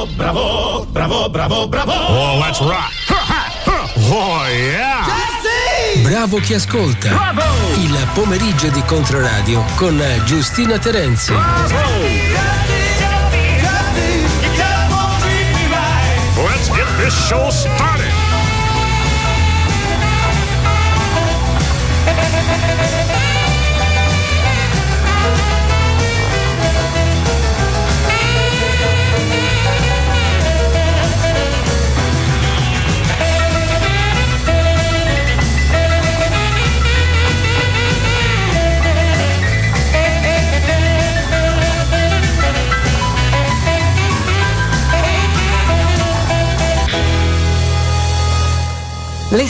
bravo, bravo, bravo, bravo. Oh, let's rock. Oh, yeah. Bravo chi ascolta. Bravo. Il pomeriggio di Controradio con Giustina Terenzi. Let's get this show started. Le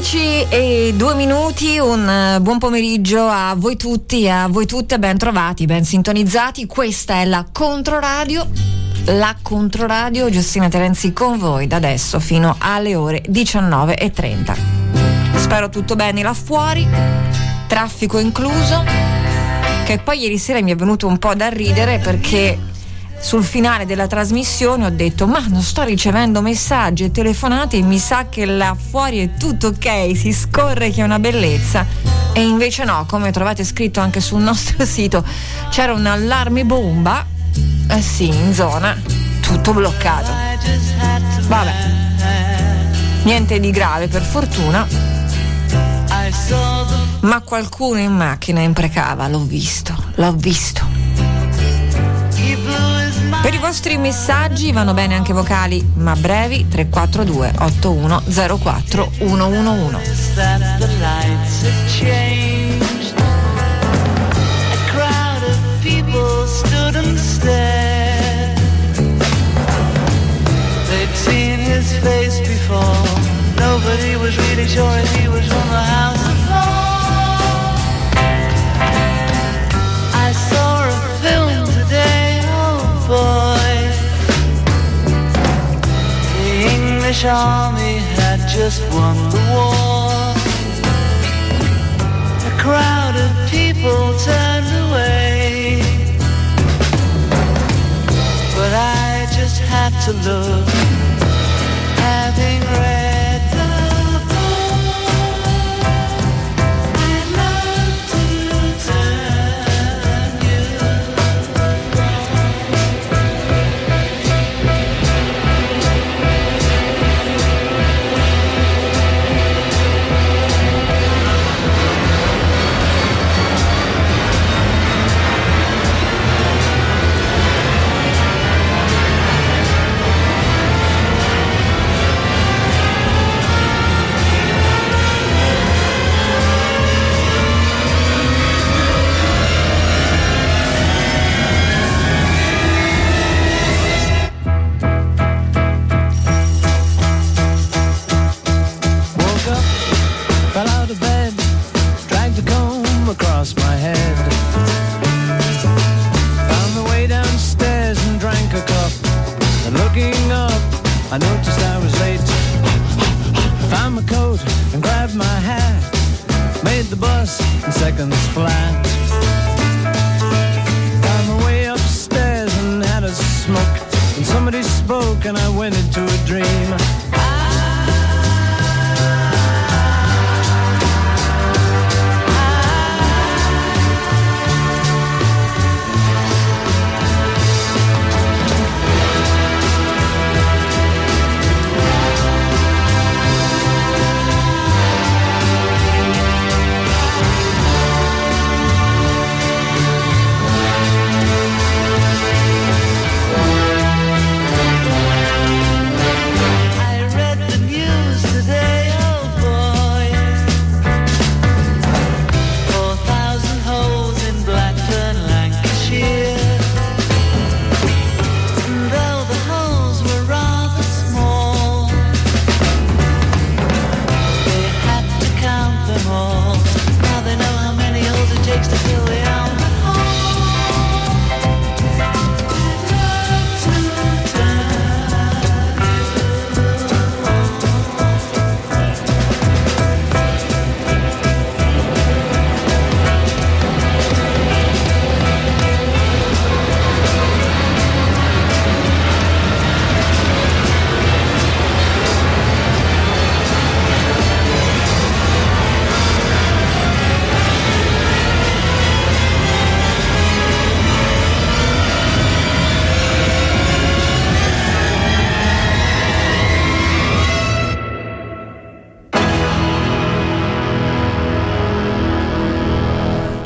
16:02, un buon pomeriggio a voi tutti, a voi tutte, ben trovati, ben sintonizzati. Questa è la Controradio, Giustina Terenzi con voi da adesso fino alle ore 19:30. Spero tutto bene là fuori, traffico incluso, che poi ieri sera mi è venuto un po' da ridere perché sul finale della trasmissione ho detto ma non sto ricevendo messaggi e telefonate e mi sa che là fuori è tutto ok, si scorre che è una bellezza, e invece no, come trovate scritto anche sul nostro sito c'era un allarme bomba, sì, in zona, tutto bloccato. Vabbè, niente di grave per fortuna, ma qualcuno in macchina imprecava, l'ho visto. Per i vostri messaggi vanno bene anche vocali, ma brevi, 342 8104 111. English army had just won the war. A crowd of people turned away, but I just had to look, having read the book. I'd love to turn you I noticed I was late. Found my coat and grabbed my hat. Made the bus in seconds flat. Found my way upstairs and had a smoke. And somebody spoke and I went into a dream. I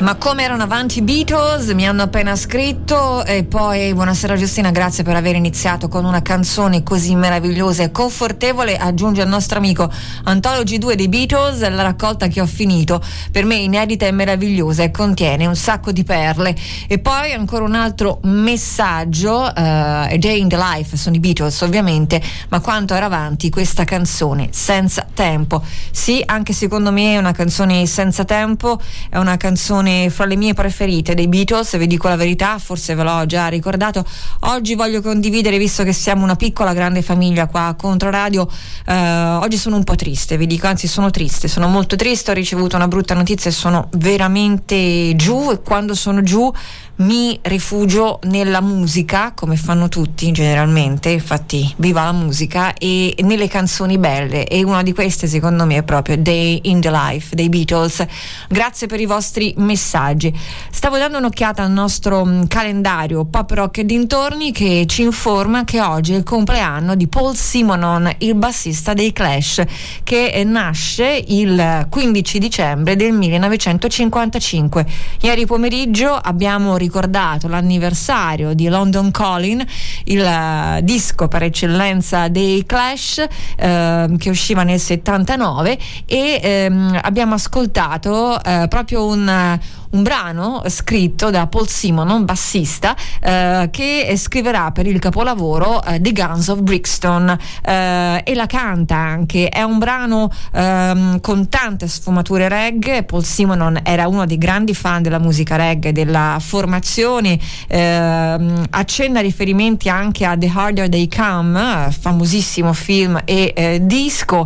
Ma come erano avanti i Beatles, mi hanno appena scritto. E poi buonasera Giustina, grazie per aver iniziato con una canzone così meravigliosa e confortevole. Aggiunge al nostro amico Anthology 2 dei Beatles, la raccolta che ho finito, per me inedita e meravigliosa e contiene un sacco di perle. E poi ancora un altro messaggio, A Day in the Life, sono i Beatles ovviamente, ma quanto era avanti questa canzone, Senza Tempo. Sì, anche secondo me è una canzone senza tempo, è una canzone fra le mie preferite dei Beatles, vi dico la verità, forse ve l'ho già ricordato. Oggi voglio condividere, visto che siamo una piccola grande famiglia qua a Controradio, oggi sono un po' triste, vi dico, anzi sono triste, sono molto triste, ho ricevuto una brutta notizia e sono veramente giù, e quando sono giù mi rifugio nella musica, come fanno tutti generalmente, infatti viva la musica, e nelle canzoni belle, e una di queste secondo me è proprio Day in the Life dei Beatles. Grazie per i vostri messaggi. Stavo dando un'occhiata al nostro calendario Pop Rock e dintorni, che ci informa che oggi è il compleanno di Paul Simonon, il bassista dei Clash, che nasce il 15 dicembre del 1955. Ieri pomeriggio abbiamo ricordato l'anniversario di London Calling, il disco per eccellenza dei Clash, che usciva nel 79, e abbiamo ascoltato proprio un brano scritto da Paul Simonon, bassista, che scriverà per il capolavoro The Guns of Brixton, e la canta anche. È un brano con tante sfumature reggae. Paul Simonon era uno dei grandi fan della musica reggae, della formazione, accenna riferimenti anche a The Harder They Come, famosissimo film e disco,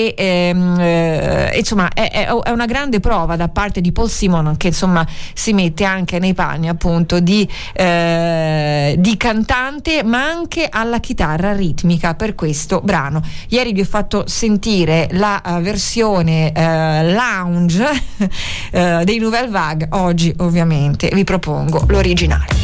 e insomma è una grande prova da parte di Paul Simonon, che insomma si mette anche nei panni appunto di cantante, ma anche alla chitarra ritmica per questo brano. Ieri vi ho fatto sentire la versione lounge dei Nouvelle Vague, oggi ovviamente vi propongo l'originale.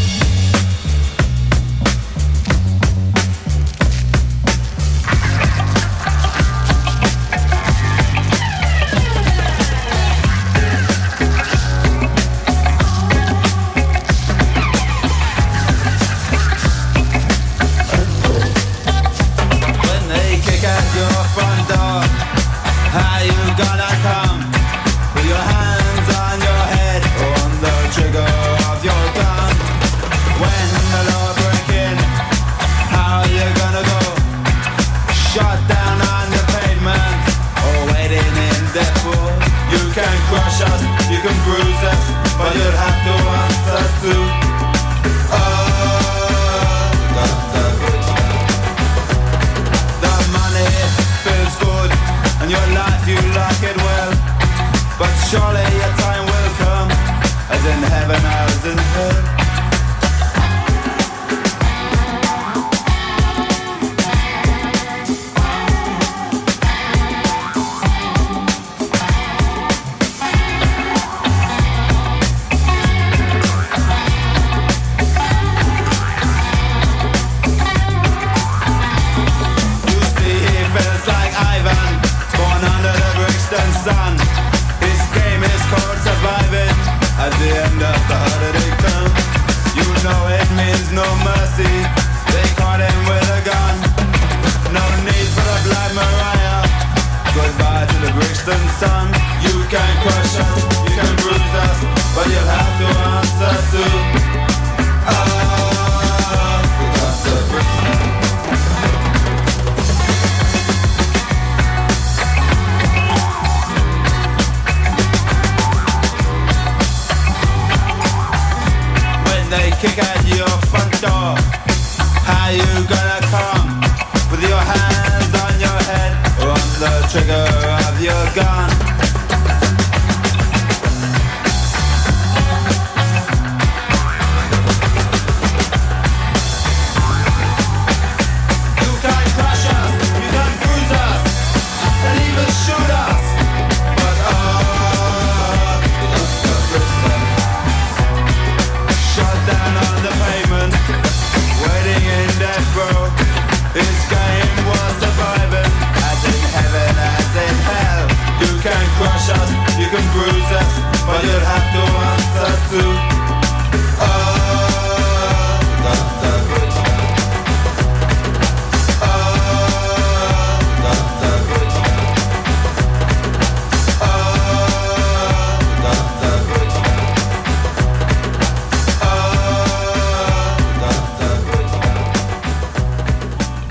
Waiting in death row.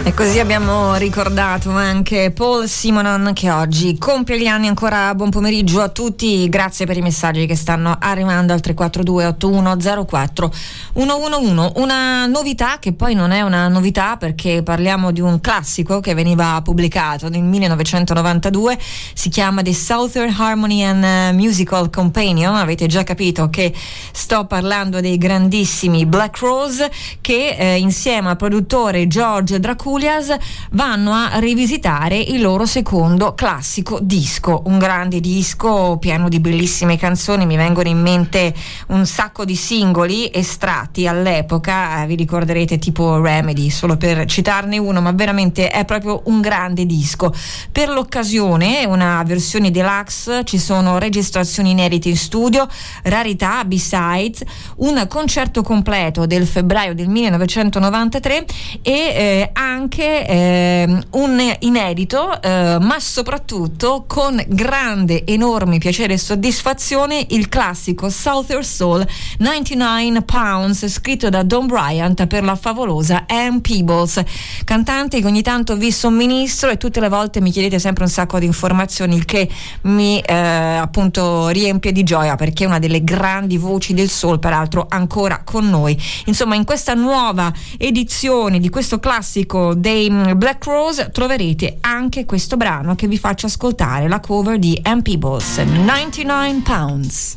E così abbiamo ricordato anche Paul Simonon, che oggi compie gli anni. Ancora buon pomeriggio a tutti, grazie per i messaggi che stanno arrivando al 342 8104 111. Una novità che poi non è una novità, perché parliamo di un classico che veniva pubblicato nel 1992, si chiama The Southern Harmony and Musical Companion. Avete già capito che sto parlando dei grandissimi Black Rose, che insieme al produttore George Dracula vanno a rivisitare il loro secondo classico disco, un grande disco pieno di bellissime canzoni. Mi vengono in mente un sacco di singoli estratti all'epoca, vi ricorderete, tipo Remedy, solo per citarne uno, ma veramente è proprio un grande disco. Per l'occasione una versione deluxe, ci sono registrazioni inedite in studio, rarità, B-sides, un concerto completo del febbraio del 1993 e anche un inedito, ma soprattutto con grande, enorme piacere e soddisfazione, il classico Southern Soul 99 Pounds, scritto da Don Bryant per la favolosa Ann Peebles, cantante che ogni tanto vi somministro e tutte le volte mi chiedete sempre un sacco di informazioni, il che mi appunto riempie di gioia, perché è una delle grandi voci del soul, peraltro ancora con noi. Insomma, in questa nuova edizione di questo classico dei Black Rose troverete anche questo brano che vi faccio ascoltare, la cover di Ann Peebles, 99 Pounds.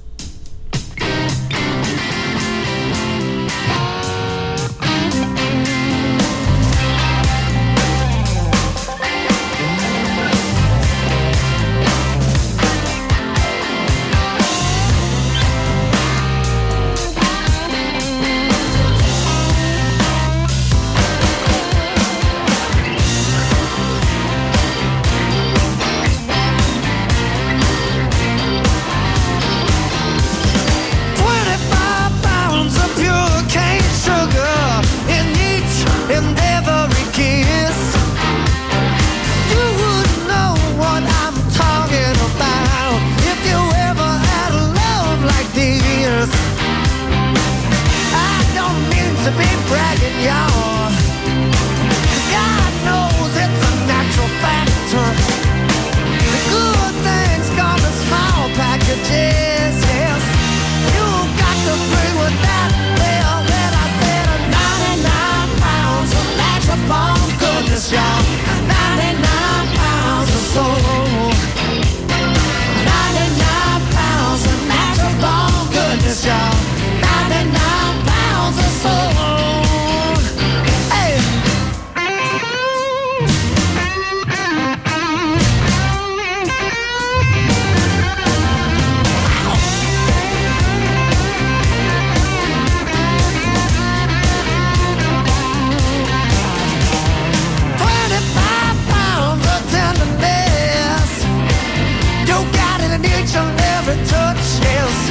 To be bragging, y'all, 'cause God knows it's a natural factor. The good things come in small packages, yes. You got to bring with that bill that I said, 99 pounds of natural bomb goodness, y'all. 99 pounds of soul. 99 pounds of natural bomb goodness, y'all. 99 pounds of soul. Every touch, yes.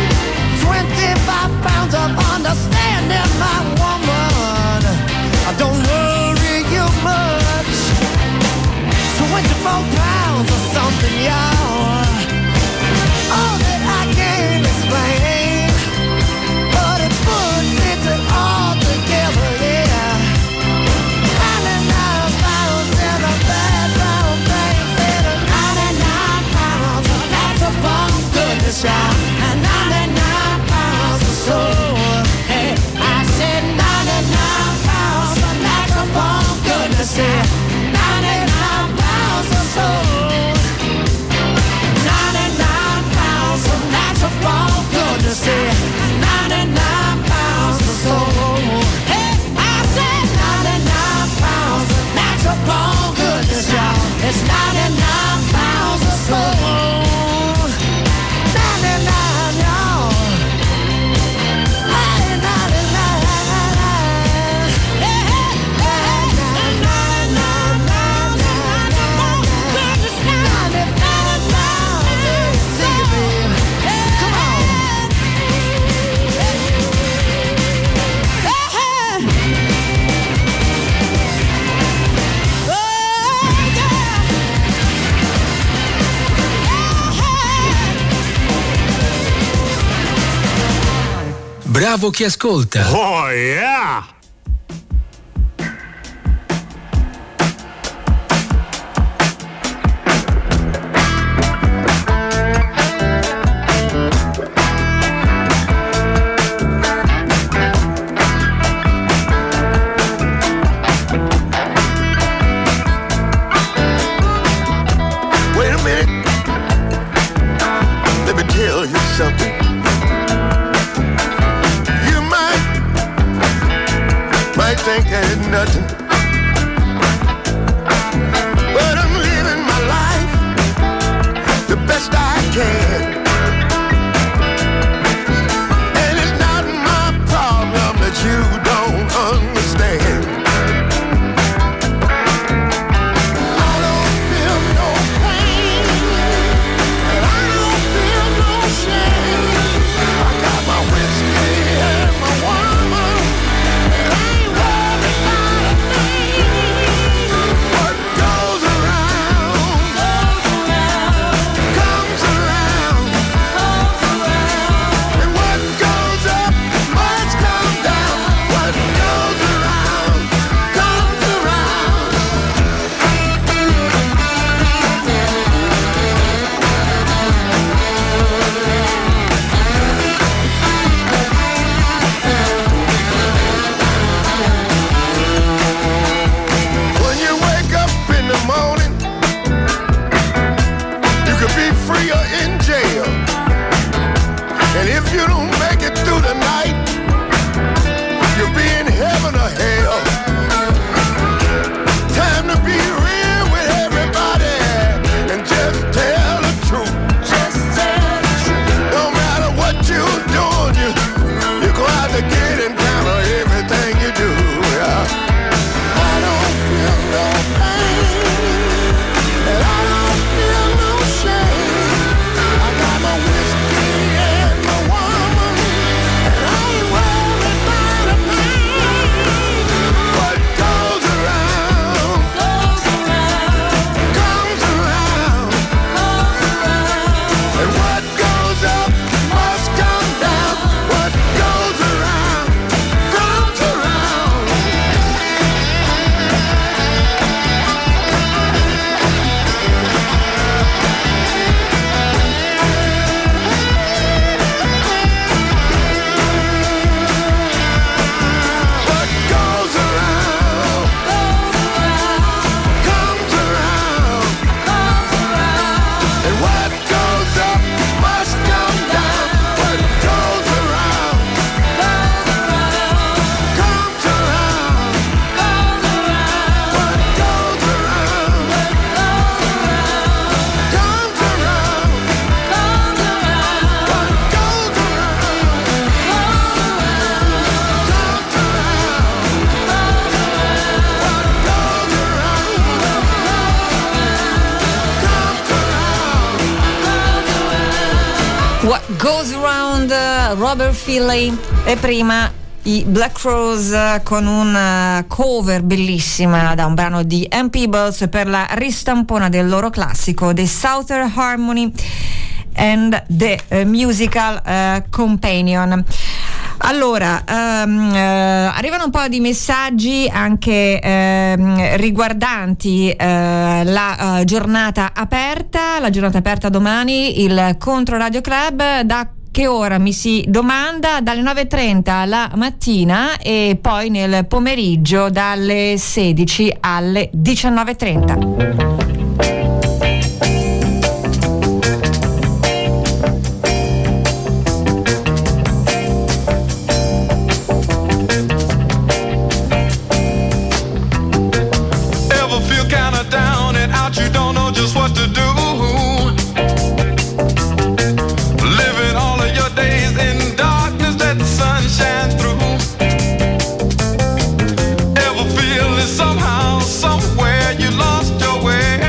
25 pounds of understanding, my woman. I don't worry you much. 24 pounds of something, y'all. All that I can't explain, but it puts it all together, yeah. 99 pounds in a bad round thing, said 99 pounds of natural bomb goodness, y'all. And 99 pounds of soul. Hey, I said 99 pounds of natural bomb goodness, yeah. 99 pounds of soul. 99 pounds of natural bomb goodness, yeah. 99 pounds of soul. Hey, I said 99 pounds of natural bomb goodness, y'all. It's 99 pounds of soul. 99, y'all. 99. Bravo chi ascolta. Oh yeah! think ain't nothing. But I'm living my life the best I can. And it's not my problem that you don't understand. I don't feel no pain, and I don't feel no shame. I got my whiskey and my woman, and I ain't worried about a thing. What goes around comes around, and what goes up must come down. What goes around comes around. When you wake up in the morning, you could be free or in jail. And if you don't make it through the night, you'll be in heaven or hell. Time to be real with everybody and just tell the truth. No matter what you're doing, you're gonna have to get in count of everything you do. Yeah. I don't feel no pain, and I don't feel no shame. I got my whiskey and my woman, and I ain't worried about a thing. What goes around comes around, and what goes up must come down. What goes around comes around. What goes around comes around, and what goes up must come down. What goes around comes around, what goes around comes around, what goes What Goes Around, Robert Finlay, e prima i Black Crowes con una cover bellissima da un brano di Ann Peebles per la ristampona del loro classico The Southern Harmony and the Musical Companion. Allora, arrivano un po' di messaggi anche riguardanti la giornata aperta domani, il Controradio Club. Da che ora mi si domanda? Dalle 9:30 la mattina e poi nel pomeriggio dalle 16 alle 19:30. Ever feel kinda down and out, you don't know just what to do? Living all of your days in darkness, let the sun shine through. Ever feel that somehow, somewhere you lost your way?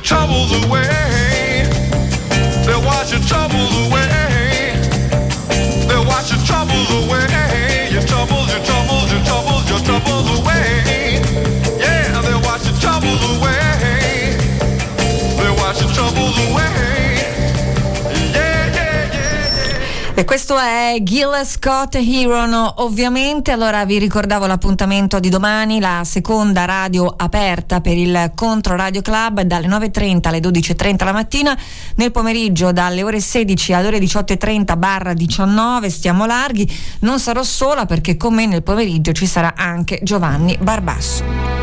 troubles away. They'll wash your troubles away. They'll wash your troubles away. Your troubles, your troubles, your troubles, your troubles away. Yeah, they'll wash your troubles away. They'll wash your troubles away. E questo è Gil Scott Heron, ovviamente. Allora vi ricordavo l'appuntamento di domani, la seconda radio aperta per il Contro Radio Club dalle 9.30 alle 12.30 la mattina, nel pomeriggio dalle ore 16 alle ore 18.30/19, stiamo larghi. Non sarò sola perché con me nel pomeriggio ci sarà anche Giovanni Barbasso.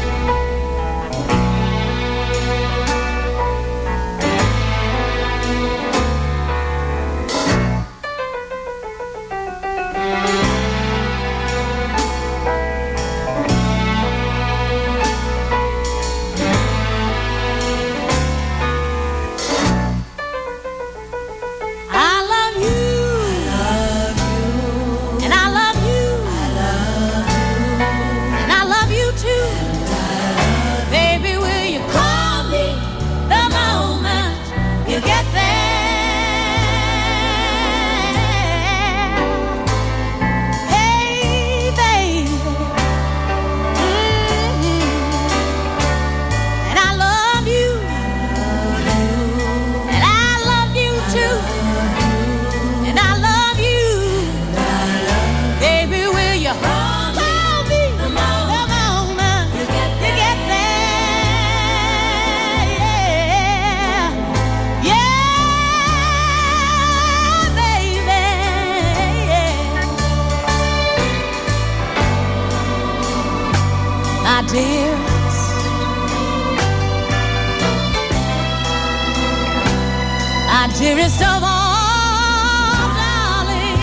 Dearest of all, darling,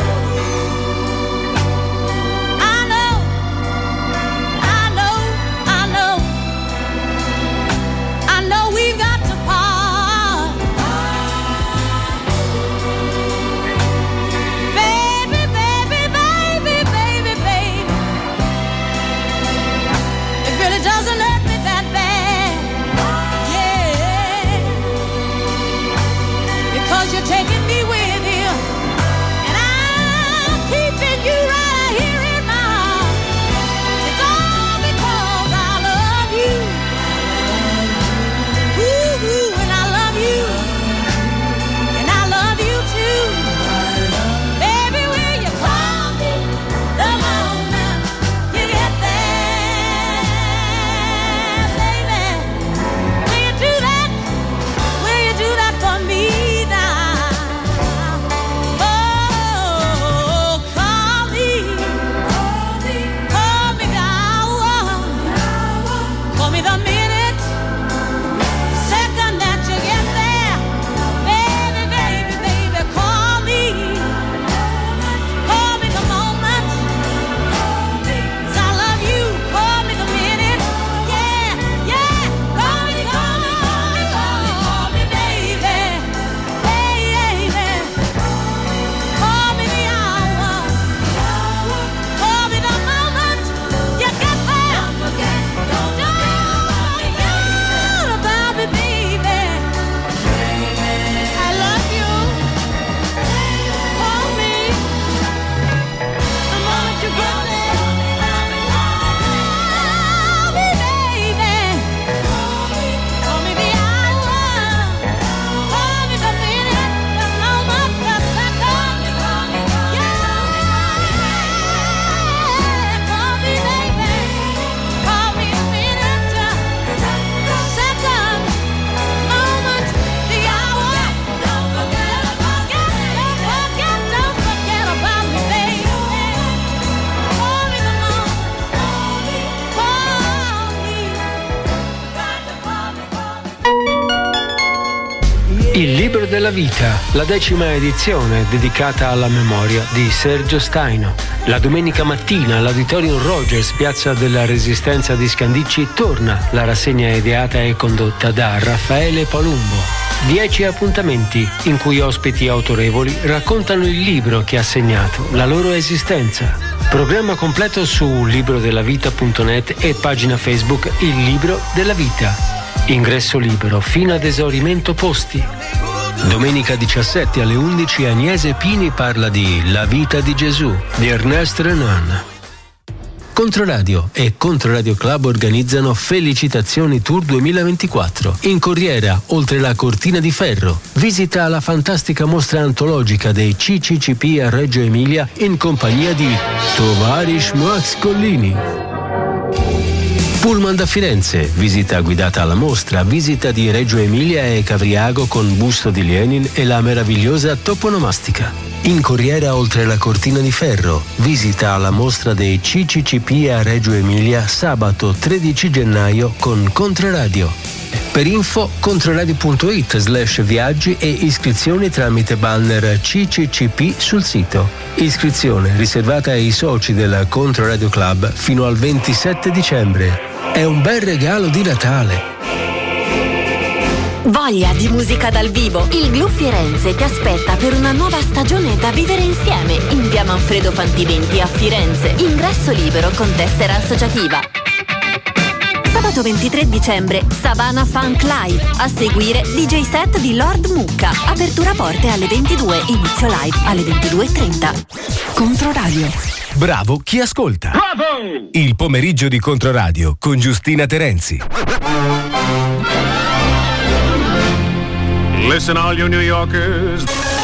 I know, I know, I know, I know we've got to part. Baby, baby, baby, baby, baby, it really doesn't hurt me that bad, yeah, because you're taking me with you, and I'm keeping you right here in my heart. It's all because I love you. Ooh, and I love you, and I love you too. Baby, will you call me the moment you get there? Baby, will you do that? Will you do that for me now? Oh, call me the hour, call me the minute, second that you get there. Baby, baby, baby, call me the moment, 'cause I love you. Call me the minute, yeah, yeah. Call me, baby, baby. Call me the hour, call me the moment you get there. Don't forget about me, baby. I love you. Call me the moment you get there. Call me, baby. Call me the hour, call me the minute, the moment, the second. Yeah, call me, baby. Call me the minute, second, moment, the hour. Don't forget about me, baby. Call me the moment, call me. Il libro della vita, la 10ª edizione dedicata alla memoria di Sergio Staino. La domenica mattina all'Auditorium Rogers, piazza della Resistenza di Scandicci, torna la rassegna ideata e condotta da Raffaele Palumbo. 10 appuntamenti in cui ospiti autorevoli raccontano il libro che ha segnato la loro esistenza. Programma completo su librodellavita.net e pagina Facebook Il Libro della Vita. Ingresso libero fino ad esaurimento posti. Domenica 17 alle 11 Agnese Pini parla di La vita di Gesù di Ernest Renan. Controradio e Controradio Club organizzano Felicitazioni Tour 2024. In corriera, oltre la Cortina di Ferro, visita la fantastica mostra antologica dei CCCP a Reggio Emilia in compagnia di Tovarish Max Collini. Pullman da Firenze, visita guidata alla mostra, visita di Reggio Emilia e Cavriago con busto di Lenin e la meravigliosa toponomastica. In corriera oltre la Cortina di Ferro, visita alla mostra dei CCCP a Reggio Emilia sabato 13 gennaio con Controradio. Per info controradio.it/viaggi e iscrizioni tramite banner CCCP sul sito. Iscrizione riservata ai soci del Controradio Club fino al 27 dicembre. È un bel regalo di Natale. Voglia di musica dal vivo? Il Glu Firenze ti aspetta per una nuova stagione da vivere insieme in via Manfredo Fanti20 a Firenze. Ingresso libero con tessera associativa. Sabato 23 dicembre, Savannah Funk Live. A seguire, DJ set di Lord Mucca. Apertura porte alle 22, inizio live alle 22:30. Controradio. Bravo chi ascolta. Bravo! Il pomeriggio di Controradio con Giustina Terenzi. Listen, all you New Yorkers.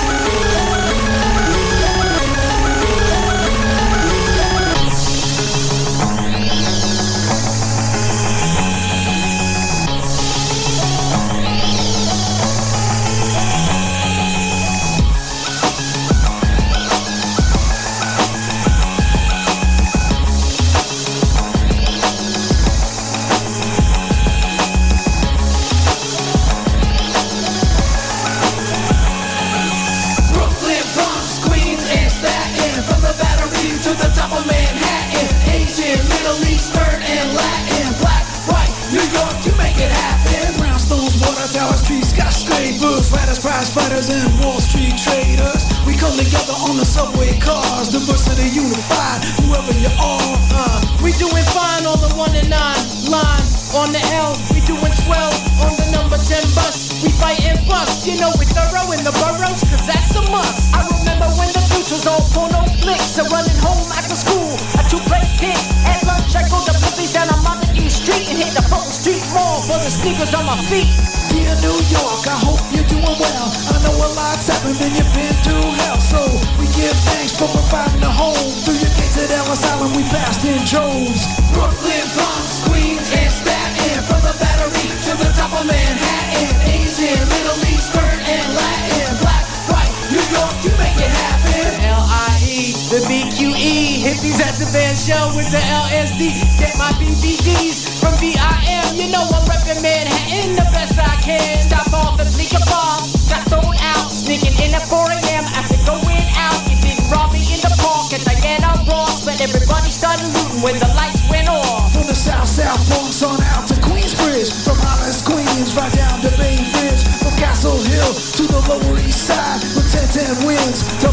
Fighters and Wall Street traders, we come together on the subway cars, diversity unified, whoever you are. We doing fine on the 1 and 9 line, on the L, we doing swell on the number 10 bus. We fight and bust, you know we thorough in the boroughs, cause that's a must. I remember when the beach was all porno flicks, and running home after school, a 2-plate kick. At lunch I go to Blippi's down on Mother East Street and hit the Fulton Street Mall for the sneakers on my feet. Dear New York, I hope you're doing well. I know a lot's happened and you've been through hell, so we give thanks for providing a home. Through your gates at Ellis Island we passed in droves. Brooklyn, Bronx, Queens, and Staten, from the Battery to the top of Manhattan. Asian, Middle Eastern, and Latin. Black, white, New York, you make it happen. L-I-E, the B-Q-E, hippies at the band show with the LSD. Get my BBDs from VIM, you know I'm reppin' Manhattan the best I can. Stop off at Bleecker Bar, got thrown out, sneaking in at 4 a.m. after going out. You didn't rob me in the park at Diana Ross, but everybody started looting when the lights went off. From the South Bronx on out to Queensbridge, from Hollis, Queens, right down to Bay Ridge, from Castle Hill to the Lower East Side, with 10-10 wins to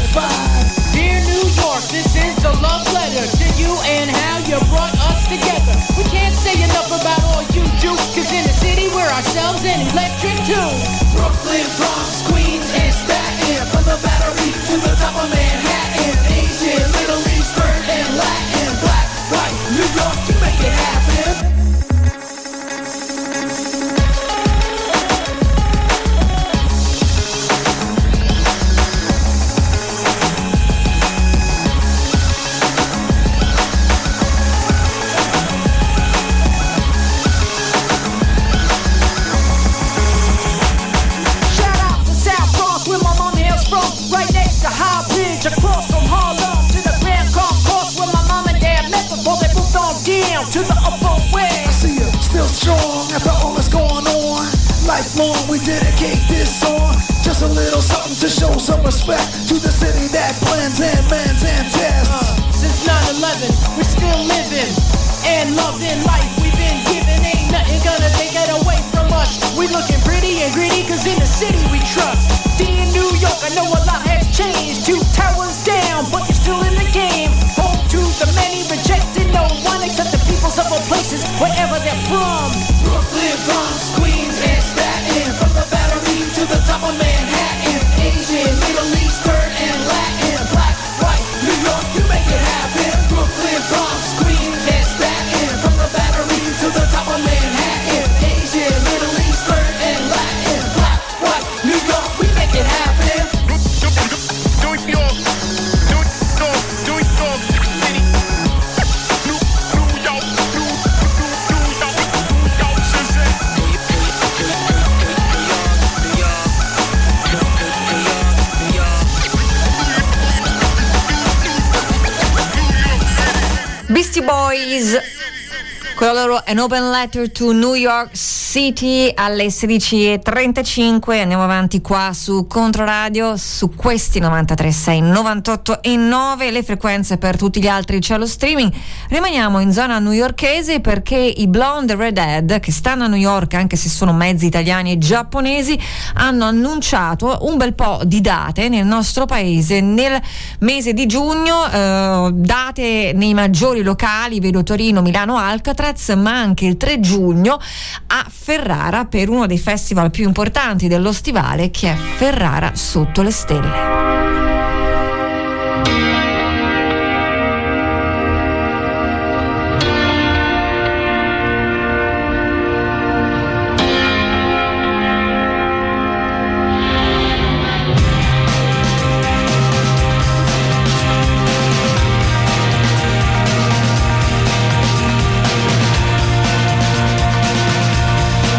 5-5. Dear New York, this is the love letter to you and how you brought us together. We can't say enough about all you do, cause in the city we're ourselves and electric too. Brooklyn, Bronx, Queens, and Staten, from the Battery to the top of Manhattan. Asian, Middle Eastern, and Latin. Black, white, New York, you make it happen. Across from Harlem to the Grand Concourse where my mom and dad met before they moved on down to the Upper West. I see you still strong after all that's going on. Lifelong we dedicate this song. Just a little something to show some respect to the city that blends and mends and tests. Since 9/11 we're still living and loving life we've been given. Ain't nothing gonna take it away from us. We looking pretty and and gritty, cause in the city we trust. D in New York, I know a lot has changed. 2 towers down, but you're still in the game. Home to the many, rejected no one except the peoples of all places, wherever they're from. Brooklyn, Bronx, Queens, and Staten. From the Battery to the top of Manhattan. Asian, Middle Eastern, and Latin. Black, white, New York, you make it happen. Brooklyn, Bronx, Queens, and Staten. From the Battery to the top of Manhattan. Asian, Middle Eastern, and Latin. Black, white, New York, we make it happen. New York, City. New York, Beastie Boys, con la loro An Open Letter to New York City alle 16:35. Andiamo avanti qua su Controradio, su questi 93.6, 98.9, le frequenze per tutti gli altri c'è lo streaming. Rimaniamo in zona newyorkese perché i Blonde Redhead, che stanno a New York anche se sono mezzi italiani e giapponesi, hanno annunciato un bel po' di date nel nostro paese nel mese di giugno, date nei maggiori locali, vedo Torino, Milano, Alcatraz, ma anche il 3 giugno a Ferrara per uno dei festival più importanti dello stivale, che è Ferrara sotto le stelle.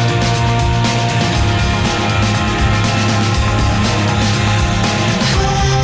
Oh,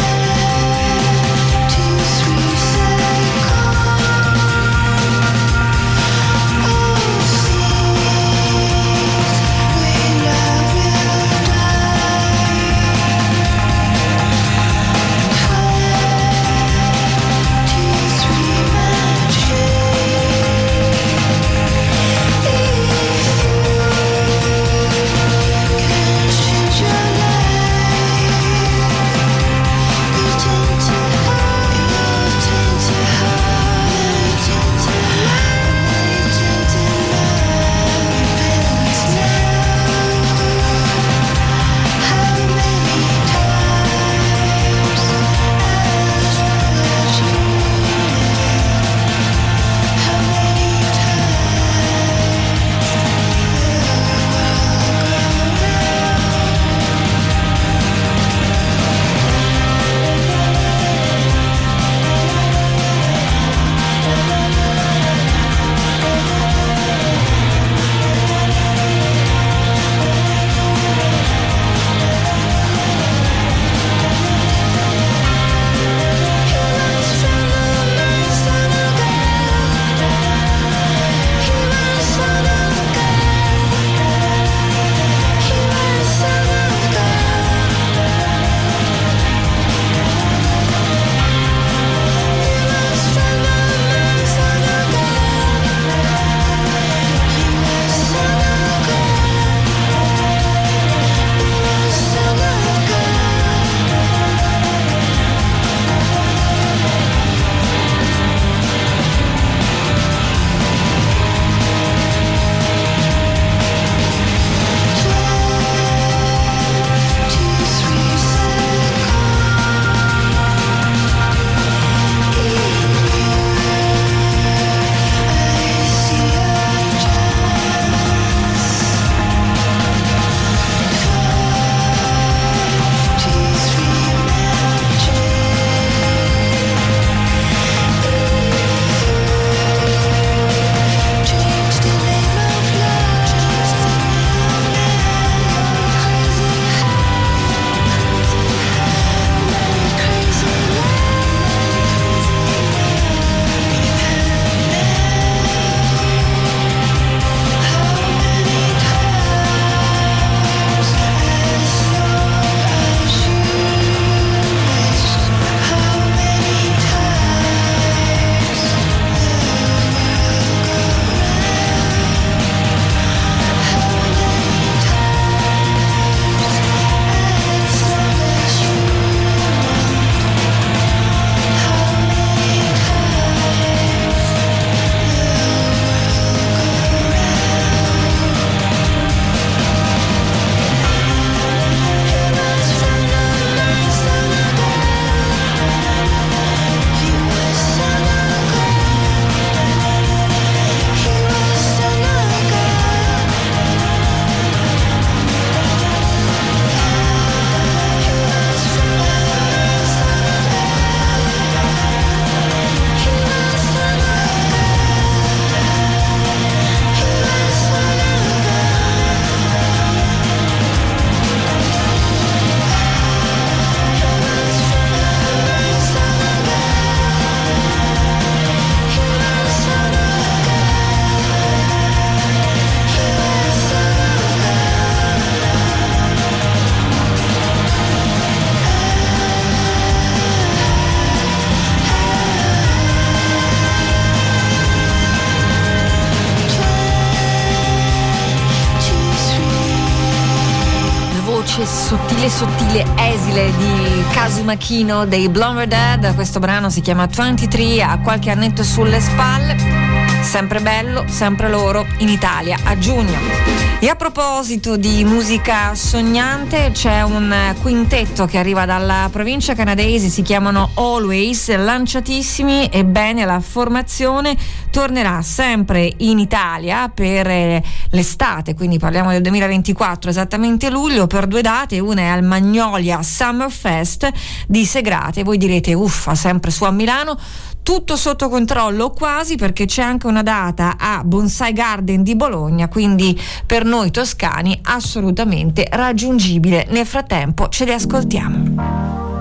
voce sottile esile di Kazuma Kino dei Blonde Dead. Questo brano si chiama 23, ha qualche annetto sulle spalle. Sempre bello, sempre loro, in Italia a giugno. E a proposito di musica sognante, c'è un quintetto che arriva dalla provincia canadese, si chiamano Always, lanciatissimi. Ebbene, la formazione tornerà sempre in Italia per l'estate, quindi parliamo del 2024, esattamente luglio, per 2 date. Una è al Magnolia Summer Fest di Segrate. Voi direte, uffa, sempre su a Milano. Tutto sotto controllo quasi, perché c'è anche una data a Bonsai Garden di Bologna, quindi per noi toscani assolutamente raggiungibile. Nel frattempo ce li ascoltiamo.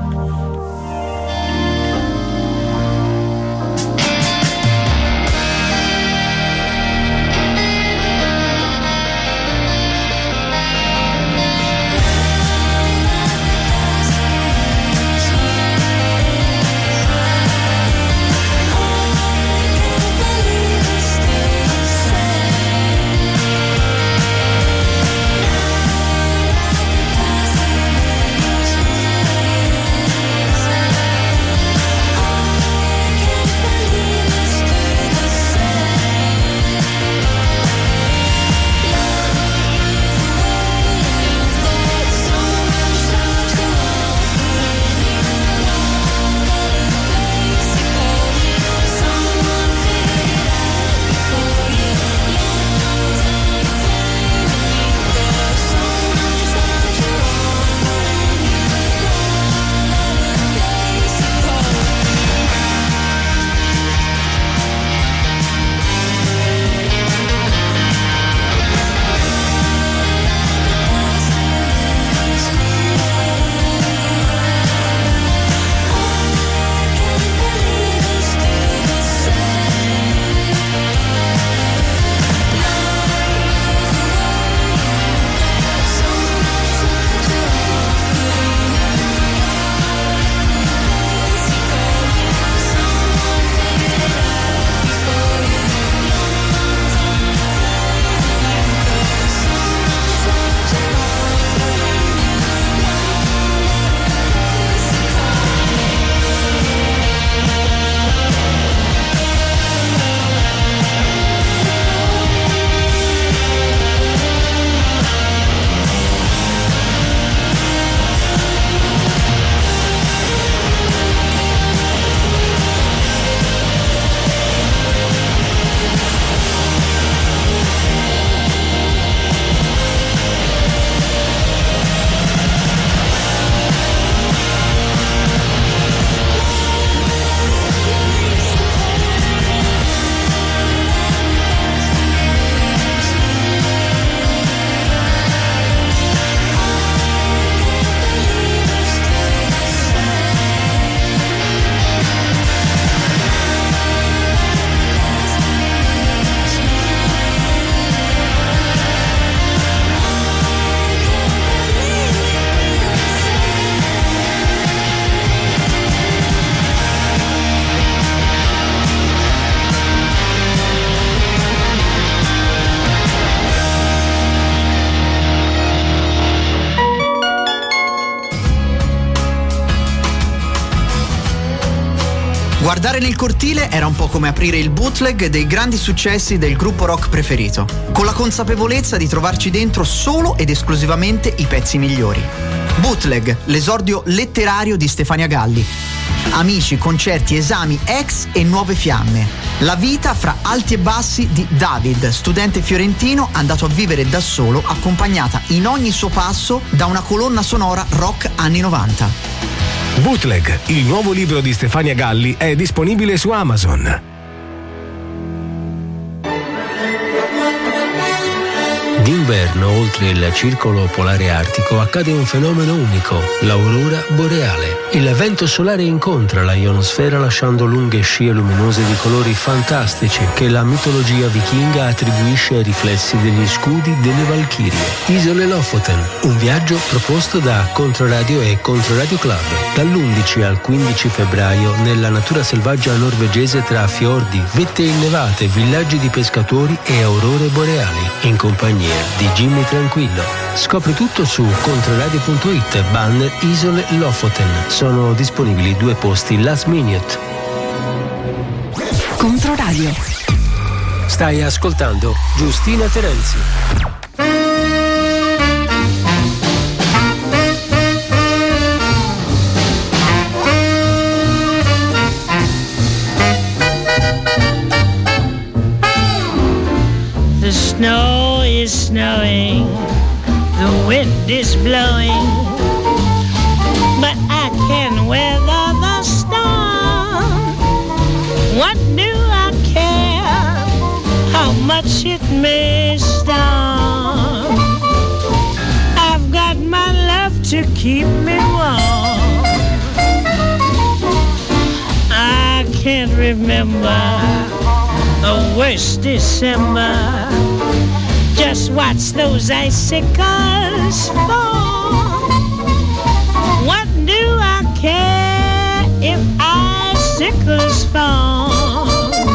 Guardare nel cortile era un po' come aprire il bootleg dei grandi successi del gruppo rock preferito, con la consapevolezza di trovarci dentro solo ed esclusivamente i pezzi migliori. Bootleg, l'esordio letterario di Stefania Galli. Amici, concerti, esami, ex e nuove fiamme. La vita fra alti e bassi di David, studente fiorentino andato a vivere da solo, accompagnata in ogni suo passo da una colonna sonora rock anni 90. Bootleg, il nuovo libro di Stefania Galli, è disponibile su Amazon. D'inverno, oltre il circolo polare artico, accade un fenomeno unico, l'aurora boreale. Il vento solare incontra la ionosfera lasciando lunghe scie luminose di colori fantastici che la mitologia vichinga attribuisce ai riflessi degli scudi delle Valchirie. Isole Lofoten, un viaggio proposto da Controradio e Controradio Club. Dall'11 al 15 febbraio nella natura selvaggia norvegese tra fiordi, vette innevate, villaggi di pescatori e aurore boreali, in compagnia di Jimmy Tranquillo. Scopri tutto su controradio.it, banner Isole Lofoten. Sono disponibili 2 posti last minute. Controradio. Stai ascoltando Giustina Terenzi. The snow is snowing, the wind is blowing, but I can weather the storm. What do I care how much it may storm? I've got my love to keep me warm. I can't remember the worst December. Just watch those icicles fall. What do I care if icicles fall?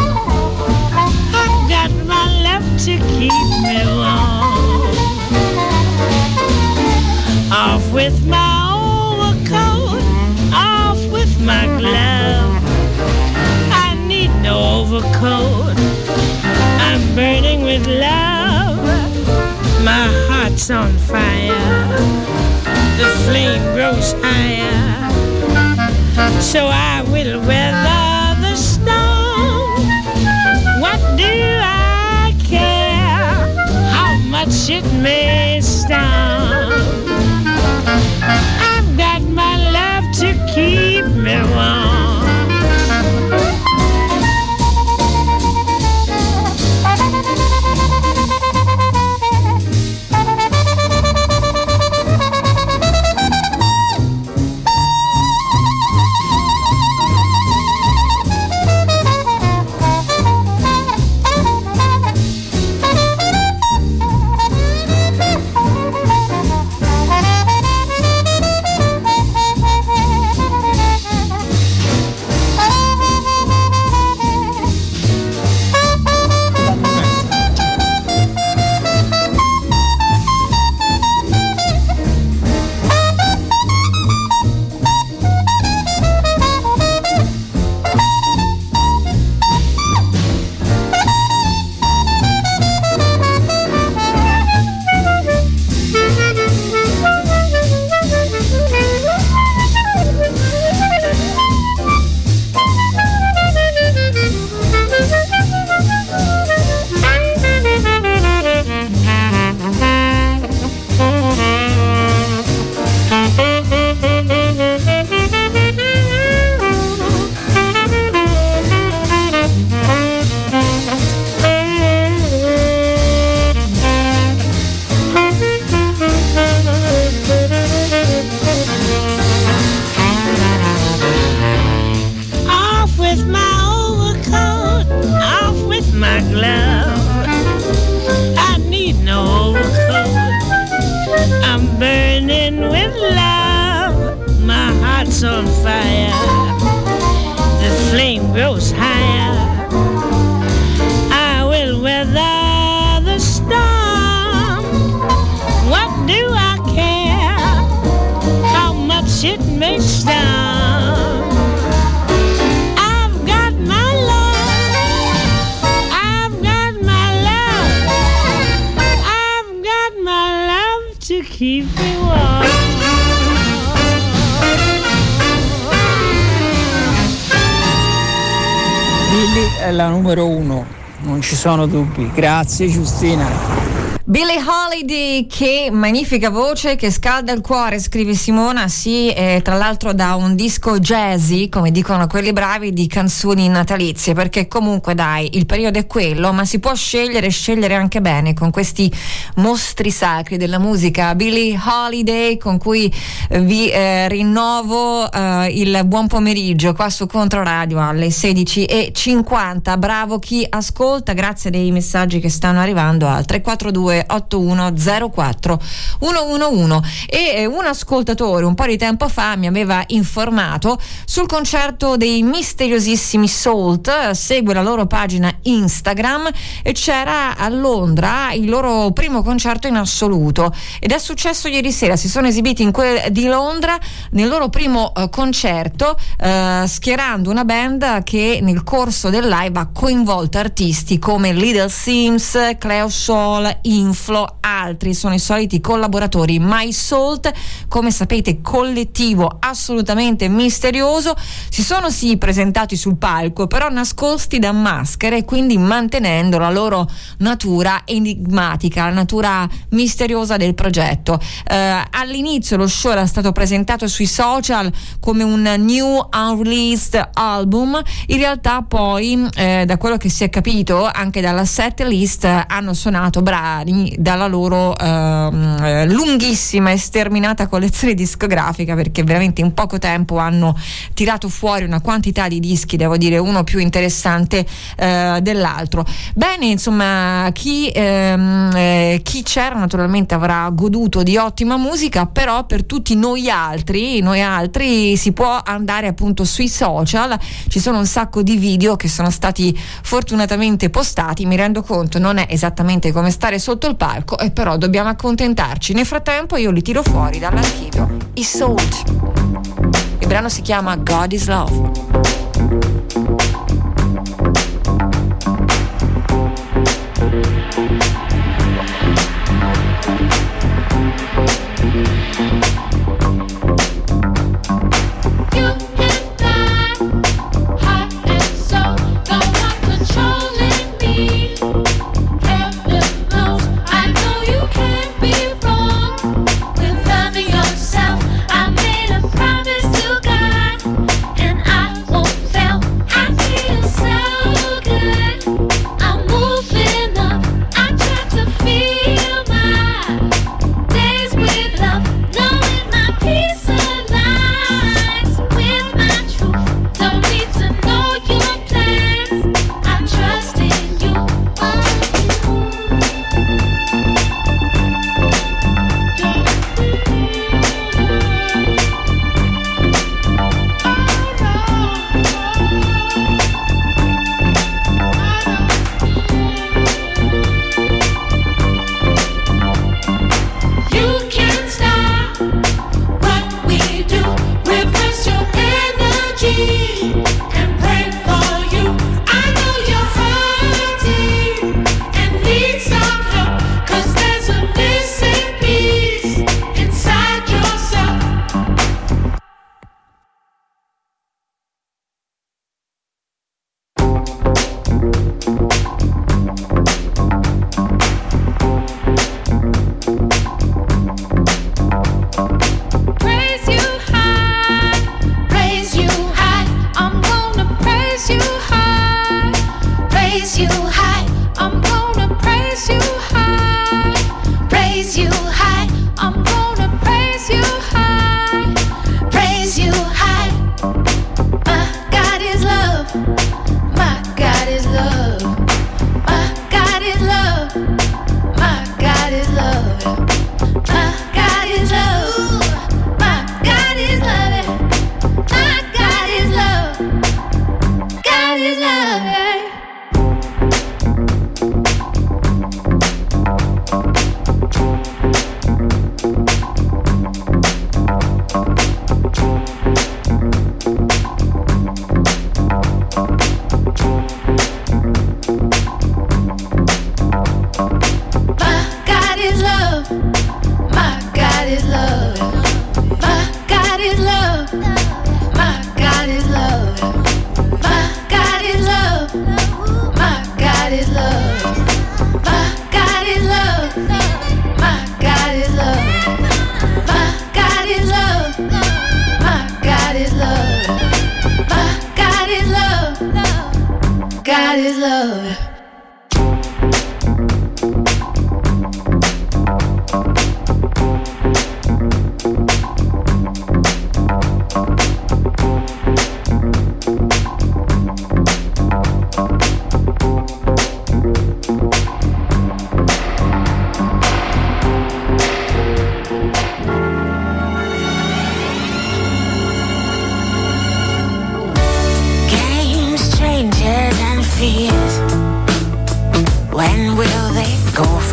I've got my love to keep me warm. Off with my overcoat, off with my glove. I need no overcoat, I'm burning with love. My heart's on fire, the flame grows higher, so I will weather the storm. What do I care how much it may storm? I've got my love to keep me warm. È la numero 1, non ci sono dubbi. Grazie Giustina. Billie Holiday, che magnifica voce, che scalda il cuore, scrive Simona. Sì, tra l'altro da un disco jazzy, come dicono quelli bravi, di canzoni natalizie, perché comunque dai, il periodo è quello, ma si può scegliere anche bene con questi mostri sacri della musica. Billie Holiday, con cui vi rinnovo il buon pomeriggio qua su Controradio alle 16:50. Bravo chi ascolta, grazie dei messaggi che stanno arrivando al 342 34 111. E un ascoltatore un po' di tempo fa mi aveva informato sul concerto dei misteriosissimi Salt. Segue la loro pagina Instagram e c'era a Londra il loro primo concerto in assoluto ed è successo ieri sera. Si sono esibiti in quel di Londra nel loro primo concerto, schierando una band che nel corso del live ha coinvolto artisti come Little Sims, Cleo Sol, Inflo, altri sono i soliti collaboratori. My Salt, come sapete, collettivo assolutamente misterioso, si sono sì presentati sul palco, però nascosti da maschere, quindi mantenendo la loro natura enigmatica, la natura misteriosa del progetto. All'inizio lo show era stato presentato sui social come un new unreleased album, in realtà poi da quello che si è capito anche dalla set list hanno suonato brani dalla loro lunghissima e sterminata collezione discografica, perché veramente in poco tempo hanno tirato fuori una quantità di dischi, devo dire uno più interessante dell'altro. Bene, insomma, chi c'era naturalmente avrà goduto di ottima musica, però per tutti noi altri si può andare appunto sui social, ci sono un sacco di video che sono stati fortunatamente postati. Mi rendo conto non è esattamente come stare sotto il palco, e però dobbiamo accontentarci. Nel frattempo io li tiro fuori dall'archivio, i Salt. Il brano si chiama God is Love.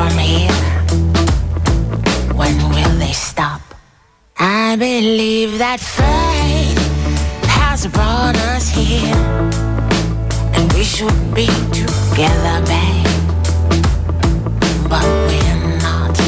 from here? When will they stop? I believe that fate has brought us here, and we should be together, babe, but we're not.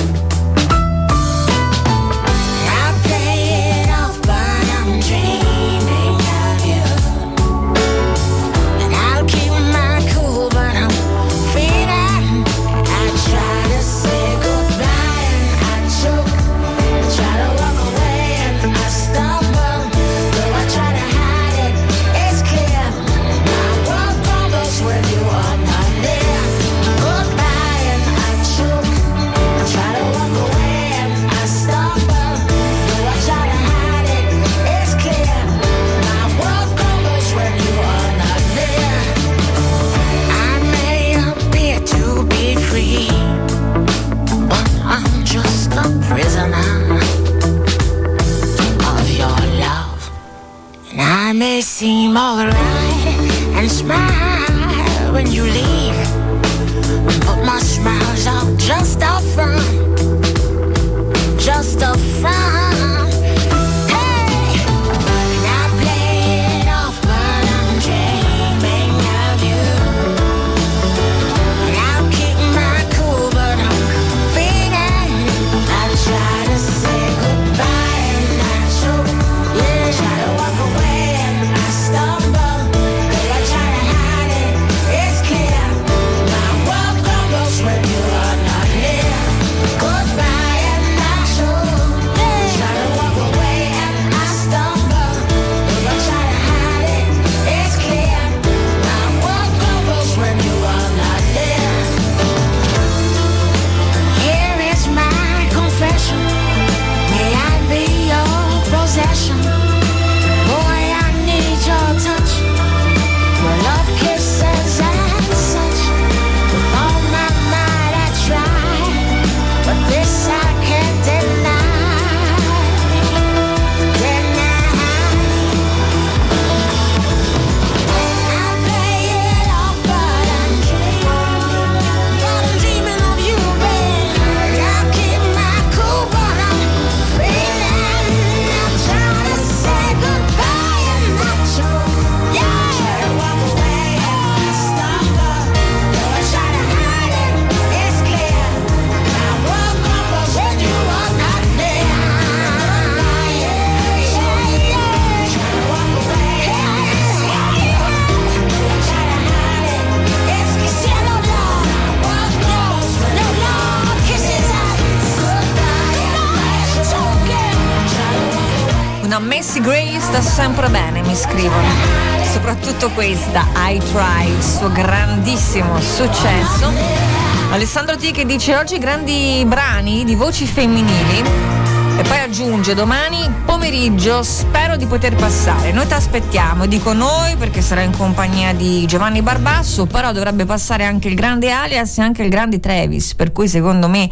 I play it off, but I'm dreaming of you, and I'll keep my cool, but I'm feeling. I try to say goodbye and I choke, I try to walk away and I stumble, though I try to hide it, it's clear, my world crumbles when you are not there. Goodbye and I choke, I try to walk away and I stumble, though I try to hide it, it's clear, my world crumbles when you are not there. I may appear to be free, but I'm just a prisoner of your love. And I may seem alright and smile when you leave, but my smiles are just a front, just a front. Hey, and I play it off, but I'm dreaming of you, and I'll keep my cool, but I'm feeling. I try to say goodbye and I choke, yeah, try to walk away and I stumble, though I try to hide it, it's clear, my world crumbles when you are not near. Goodbye and I choke, yeah, try to walk away and I stumble, though I try to hide it, it's clear, my world crumbles when you are not there. Here is my confession, may I be your possession. Boy, I need your touch, your love kisses and such. With all my might I try, but this I can't deny. I play it off, but I'm dreaming of you, babe. I keep my cool, but I'm feeling. I try to say goodbye and I choke, yeah, try to walk away and I stumble, though I try to hide it, it's clear, my world crumbles when you are not there. Try to walk away and I stumble, though I try to hide it, it's clear, no love, my world crumbles when no love kisses us. Goodbye and I choke, try to walk away. Una Macy Gray sta sempre bene, mi scrivono. Soprattutto questa, I Try, il suo grandissimo successo. Alessandro T che dice oggi grandi brani di voci femminili. E poi aggiunge domani pomeriggio spero di poter passare. Noi ti aspettiamo, dico noi perché sarà in compagnia di Giovanni Barbasso, però dovrebbe passare anche il grande Alias e anche il grande Travis, per cui secondo me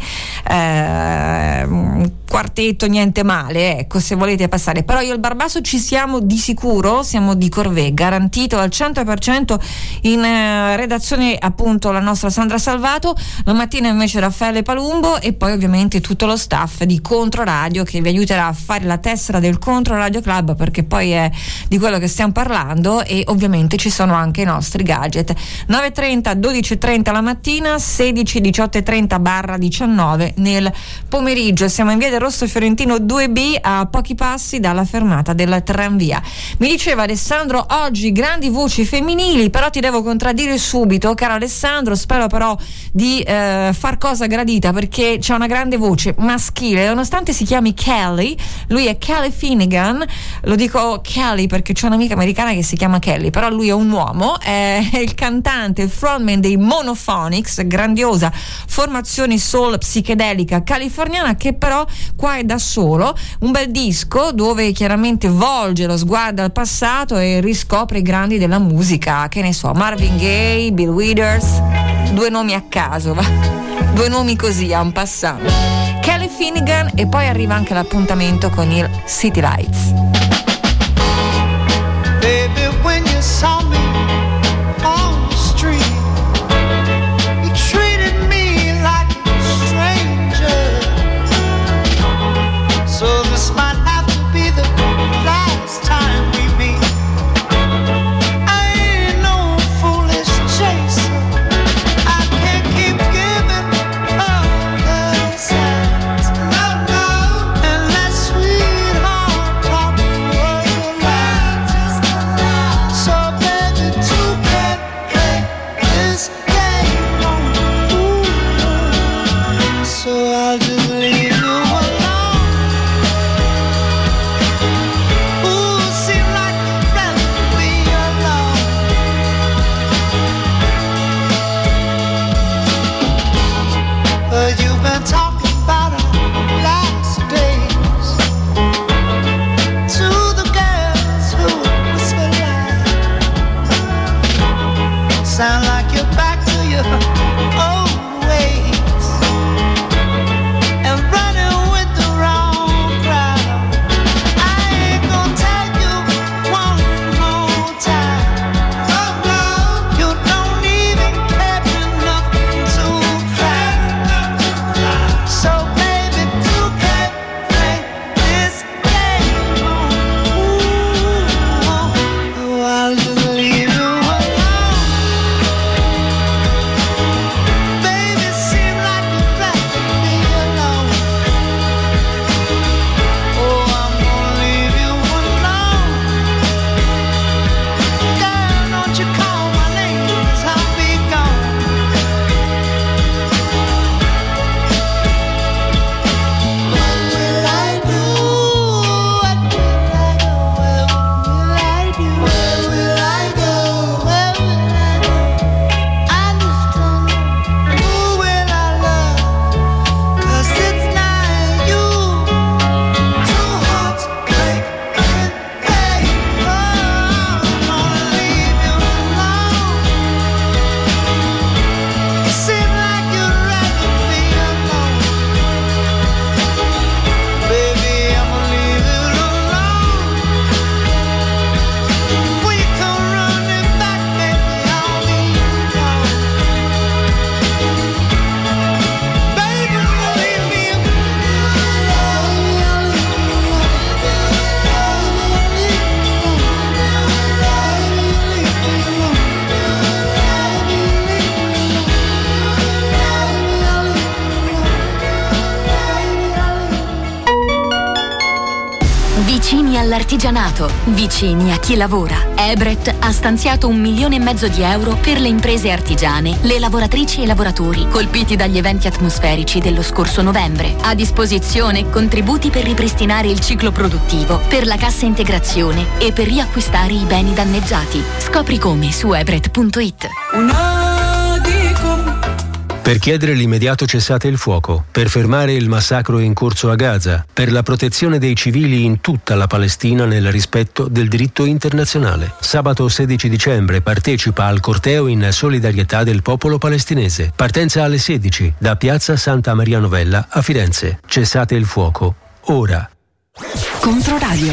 quartetto niente male, ecco, se volete passare. Però io e il Barbasso ci siamo di sicuro, siamo di corvée, garantito al 100%. In redazione appunto la nostra Sandra Salvato, la mattina invece Raffaele Palumbo e poi ovviamente tutto lo staff di Controradio che vi aiuterà a fare la tessera del Controradio Club, perché poi è di quello che stiamo parlando, e ovviamente ci sono anche i nostri gadget. 9.30, 12.30 la mattina, 16, 18.30 / 19 nel pomeriggio. Siamo in via del Rosso Fiorentino 2B, a pochi passi dalla fermata della tranvia. Mi diceva Alessandro oggi grandi voci femminili, però ti devo contraddire subito, caro Alessandro, spero però di far cosa gradita, perché c'è una grande voce maschile, nonostante si chiami Kelly, lui è Kelly Finnegan, lo dico Kelly perché c'è un'amica americana che si chiama Kelly, però lui è un uomo, è il cantante, il frontman dei Monophonics, grandiosa formazione soul psichedelica californiana, che però qua è da solo, un bel disco dove chiaramente volge lo sguardo al passato e riscopre i grandi della musica, che ne so, Marvin Gaye, Bill Withers, due nomi a caso, va? Due nomi così a un passante, Kelly Finnegan, e poi arriva anche l'appuntamento con il City Lights. Baby, when you saw me on the street, you treated me like a Vicini all'artigianato, vicini a chi lavora. Ebret ha stanziato 1,5 milioni di euro per le imprese artigiane, le lavoratrici e i lavoratori colpiti dagli eventi atmosferici dello scorso novembre. A disposizione contributi per ripristinare il ciclo produttivo, per la cassa integrazione e per riacquistare i beni danneggiati. Scopri come su ebret.it. Per chiedere l'immediato cessate il fuoco, per fermare il massacro in corso a Gaza, per la protezione dei civili in tutta la Palestina nel rispetto del diritto internazionale. Sabato 16 dicembre partecipa al corteo in solidarietà del popolo palestinese. Partenza alle 16 da Piazza Santa Maria Novella a Firenze. Cessate il fuoco, ora. Controradio.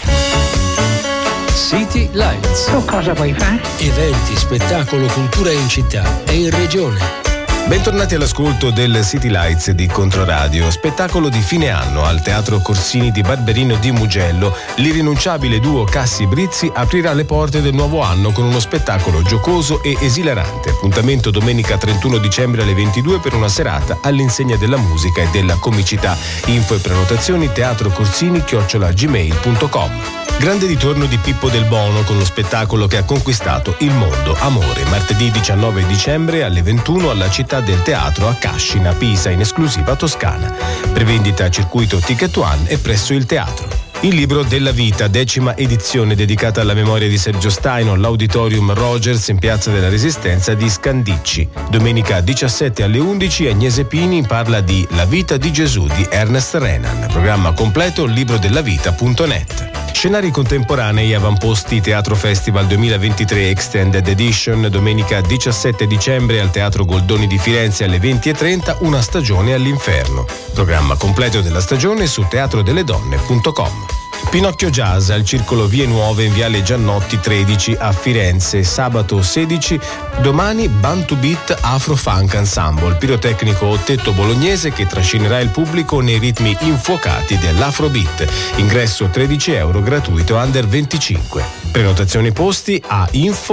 City Lights. Tu cosa vuoi fare? Eventi, spettacolo, cultura in città e in regione. Bentornati all'ascolto del City Lights di Controradio, spettacolo di fine anno al Teatro Corsini di Barberino di Mugello. L'irrinunciabile duo Cassi Brizzi aprirà le porte del nuovo anno con uno spettacolo giocoso e esilarante. Appuntamento domenica 31 dicembre alle 22 per una serata all'insegna della musica e della comicità. Info e prenotazioni teatrocorsini@gmail.com. Grande ritorno di Pippo Del Bono con lo spettacolo che ha conquistato il mondo. Amore, martedì 19 dicembre alle 21 alla Città del Teatro a Cascina, Pisa, in esclusiva Toscana. Prevendita a circuito Ticket One e presso il teatro. Il libro della vita, 10ª edizione dedicata alla memoria di Sergio Staino all'Auditorium Rogers in Piazza della Resistenza di Scandicci. Domenica 17 alle 11 Agnese Pini parla di La vita di Gesù di Ernest Renan. Programma completo librodellavita.net. Scenari contemporanei avamposti Teatro Festival 2023 Extended Edition, domenica 17 dicembre al Teatro Goldoni di Firenze alle 20:30, Una stagione all'inferno. Programma completo della stagione su teatrodelledonne.com. Pinocchio Jazz al Circolo Vie Nuove in Viale Giannotti 13 a Firenze, sabato 16. Domani Bantu Beat Afro Funk Ensemble, pirotecnico ottetto bolognese che trascinerà il pubblico nei ritmi infuocati dell'Afrobeat. Ingresso €13, gratuito under 25. Prenotazioni posti a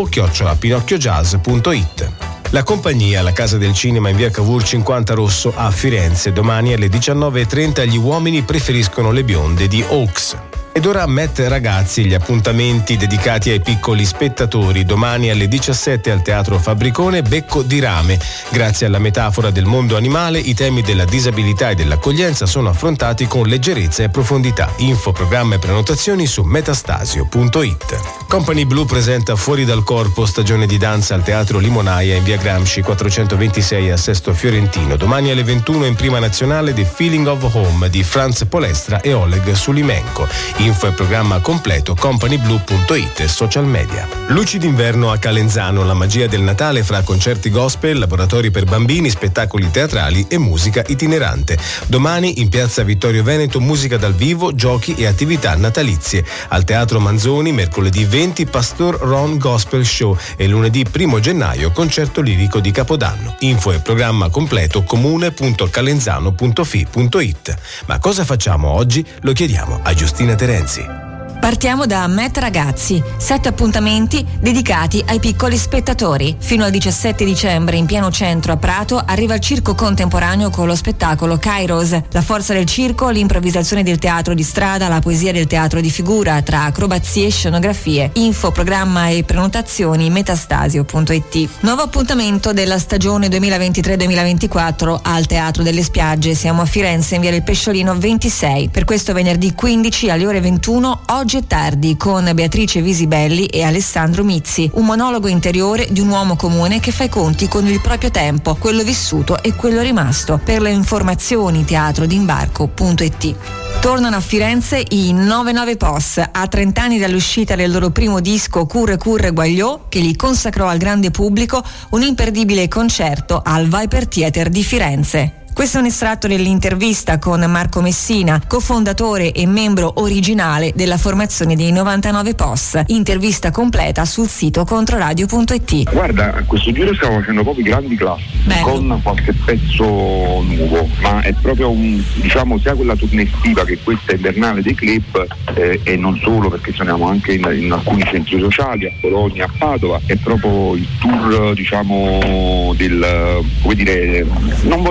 info@pinocchiojazz.it. La compagnia, la casa del cinema in via Cavour 50 Rosso a Firenze, domani alle 19:30 gli uomini preferiscono le bionde di Oaks. Ed ora Met Ragazzi, gli appuntamenti dedicati ai piccoli spettatori. Domani alle 17 al Teatro Fabbricone Becco di Rame. Grazie alla metafora del mondo animale, i temi della disabilità e dell'accoglienza sono affrontati con leggerezza e profondità. Info, programma e prenotazioni su metastasio.it. Company Blue presenta Fuori dal corpo, stagione di danza al Teatro Limonaia in via Gramsci 426 a Sesto Fiorentino. Domani alle 21 in prima nazionale The Feeling of Home di Franz Polestra e Oleg Sulimenko. Info e programma completo companyblue.it e social media. Luci d'inverno a Calenzano, la magia del Natale fra concerti gospel, laboratori per bambini, spettacoli teatrali e musica itinerante. Domani in piazza Vittorio Veneto musica dal vivo, giochi e attività natalizie. Al Teatro Manzoni mercoledì 20 Pastor Ron Gospel Show e lunedì 1 gennaio concerto lirico di Capodanno. Info e programma completo comune.calenzano.fi.it. Ma cosa facciamo oggi? Lo chiediamo a Giustina Terenzi. Partiamo da Met Ragazzi, 7 appuntamenti dedicati ai piccoli spettatori. Fino al 17 dicembre in pieno centro a Prato arriva il circo contemporaneo con lo spettacolo Kairos. La forza del circo, l'improvvisazione del teatro di strada, la poesia del teatro di figura tra acrobazie e scenografie. Info, programma e prenotazioni metastasio.it. Nuovo appuntamento della stagione 2023-2024 al Teatro delle Spiagge. Siamo a Firenze in via del Pesciolino 26. Per questo venerdì 15 alle ore 21 Oggi è tardi con Beatrice Visibelli e Alessandro Mizzi, un monologo interiore di un uomo comune che fa i conti con il proprio tempo, quello vissuto e quello rimasto. Per le informazioni teatrodimbarco.it. Tornano a Firenze i 99 POS, a 30 anni dall'uscita del loro primo disco Curre Curre Guagliò, che li consacrò al grande pubblico, un imperdibile concerto al Viper Theater di Firenze. Questo è un estratto dell'intervista con Marco Messina, cofondatore e membro originale della formazione dei 99 POS. Intervista completa sul sito controradio.it. Guarda, a questo giro stiamo facendo proprio grandi classi, con qualche pezzo nuovo, ma è proprio sia quella tournée estiva che questa invernale dei club, e non solo, perché suoniamo anche in alcuni centri sociali, a Bologna, a Padova. È proprio il tour, del, come dire, non voglio manco dire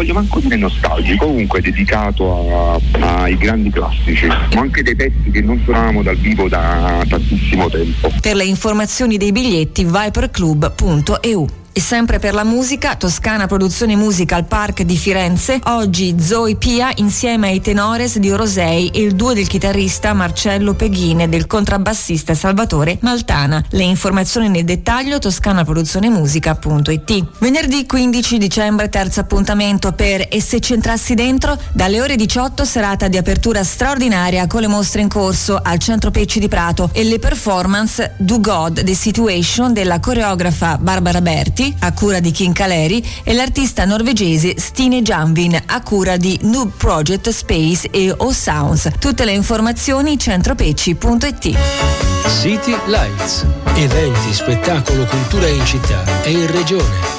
fine nostalgico, comunque dedicato ai grandi classici, ma anche dei pezzi che non suonavamo dal vivo da tantissimo tempo. Per le informazioni dei biglietti viperclub.eu. E sempre per la musica, Toscana Produzione Musical Park di Firenze, oggi Zoe Pia insieme ai tenores di Orosei e il duo del chitarrista Marcello Peghine e del contrabbassista Salvatore Maltana. Le informazioni nel dettaglio toscanaproduzionemusica.it. Venerdì 15 dicembre terzo appuntamento per E se c'entrassi dentro, dalle ore 18 serata di apertura straordinaria con le mostre in corso al Centro Pecci di Prato e le performance Do God The Situation della coreografa Barbara Berti a cura di King Caleri e l'artista norvegese Stine Janvin a cura di Noob Project Space e O Sounds. Tutte le informazioni centropecci.it. City Lights. Eventi, spettacolo, cultura in città e in regione.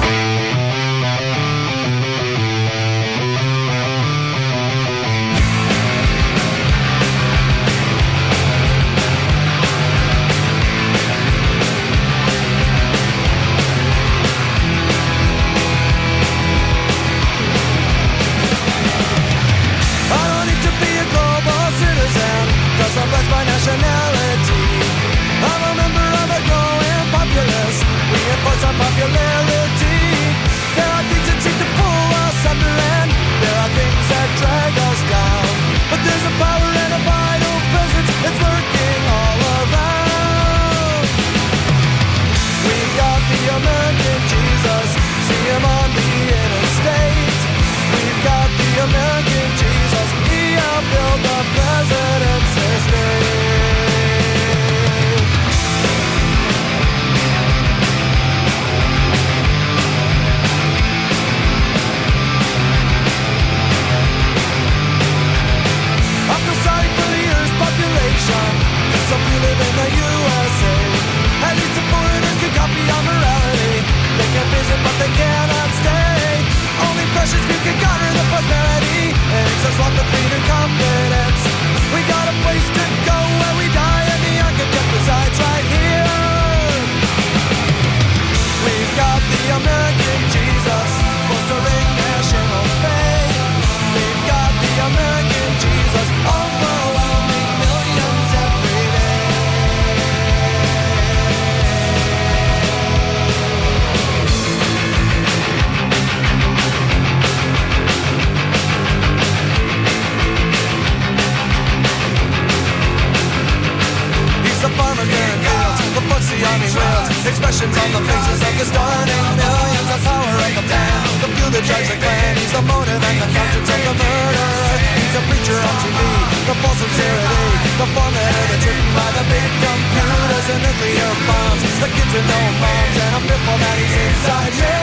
Expressions on the faces of the stunning millions. The power of the man, the fuel that drives the clan. He's the motive and the conscience of the murderer. He's a preacher on TV, the false sincerity, the formula that's written by the big computers and nuclear bombs. The kids with no moms and I'm fearful that he's inside me.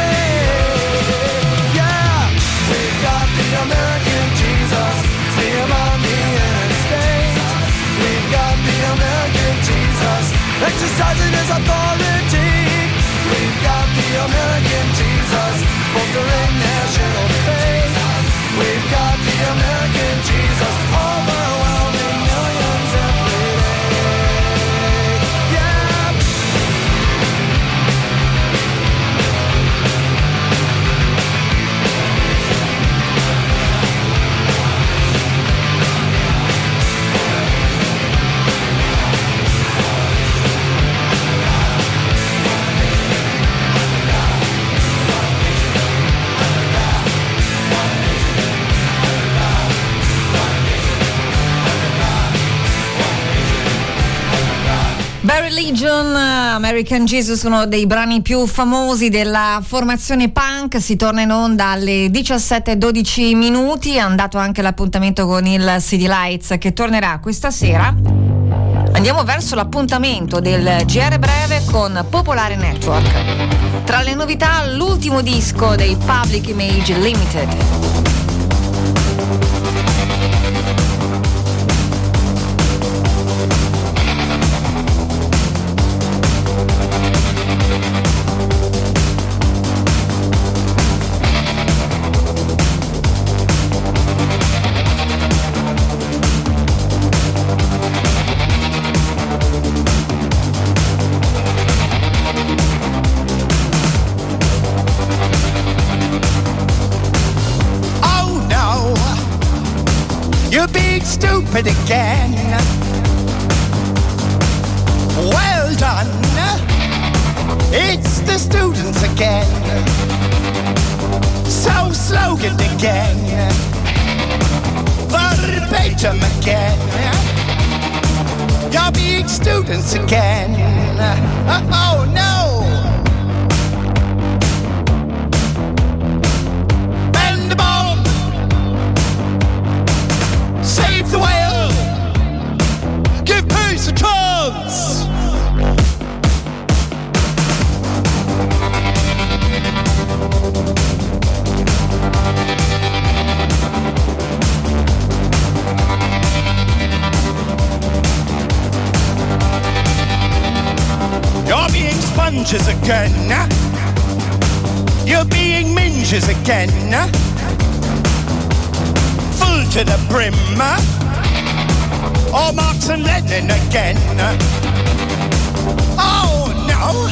Yeah, we've got the American Jesus. See him on the interstate. We've got the American Jesus exercising his authority. We've got the American Jesus bolstering national faith. We've got the American Jesus overwhelming millions every day. Yeah. Bad Religion, American Jesus, uno dei brani più famosi della formazione punk. Si torna in onda alle 17:12 minuti. È andato anche l'appuntamento con il City Lights che tornerà questa sera. Andiamo verso l'appuntamento del GR breve con Popolare Network. Tra le novità, l'ultimo disco dei Public Image Limited. stupid again. Well done, it's the students again. So slogan again, verbatim again. You're being students again. Oh no! Bend the bomb, save the whale, give peace a chance. You're being sponges again. You're being minges again. Full to the brim. Or Marx and Lenin again. Oh no!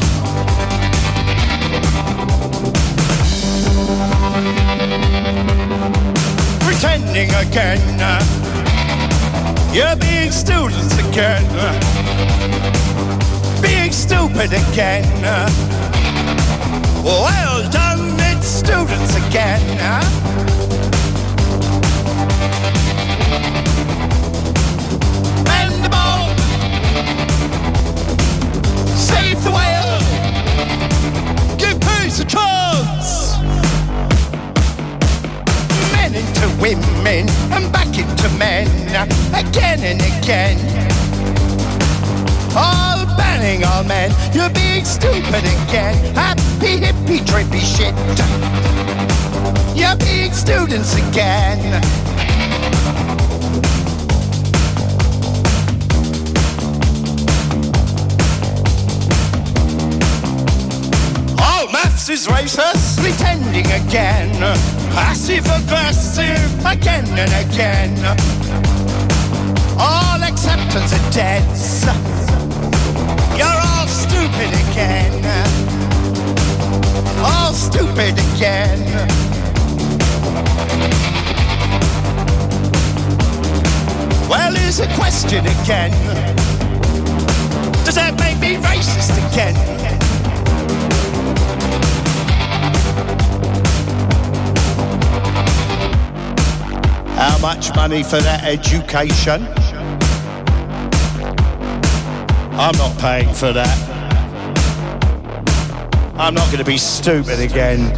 Pretending again. You're being students again. Being stupid again. Well done, it's students again. Bend the ball, save the whale, give peace a chance. Men into women and back into men, again and again. All banning all men, you're being stupid again. Happy hippie drippy shit. You're being students again. All maths is racist, pretending again. Passive aggressive, again and again. All acceptance are dead. You're all stupid again. All stupid again. Well, here's a question again. Does that make me racist again? How much money for that education? I'm not paying for that. I'm not going to be stupid again.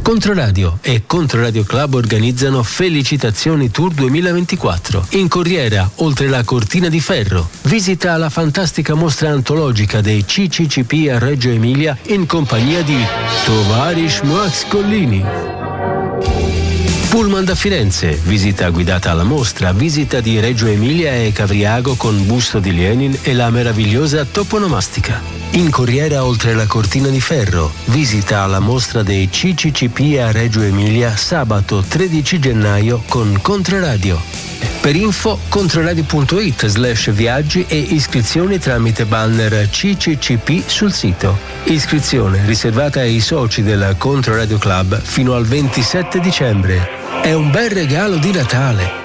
Controradio e Controradio Club organizzano Felicitazioni Tour 2024 in Corriera, oltre la Cortina di Ferro. Visita la fantastica mostra antologica dei CCCP a Reggio Emilia in compagnia di Tovarish Max Collini. Pullman da Firenze, visita guidata alla mostra, visita di Reggio Emilia e Cavriago con busto di Lenin e la meravigliosa toponomastica. In Corriera, oltre la Cortina di Ferro, visita alla mostra dei CCCP a Reggio Emilia sabato 13 gennaio con Controradio. Per info controradio.it/viaggi e iscrizioni tramite banner CCCP sul sito. Iscrizione riservata ai soci del Controradio Club fino al 27 dicembre. È un bel regalo di Natale.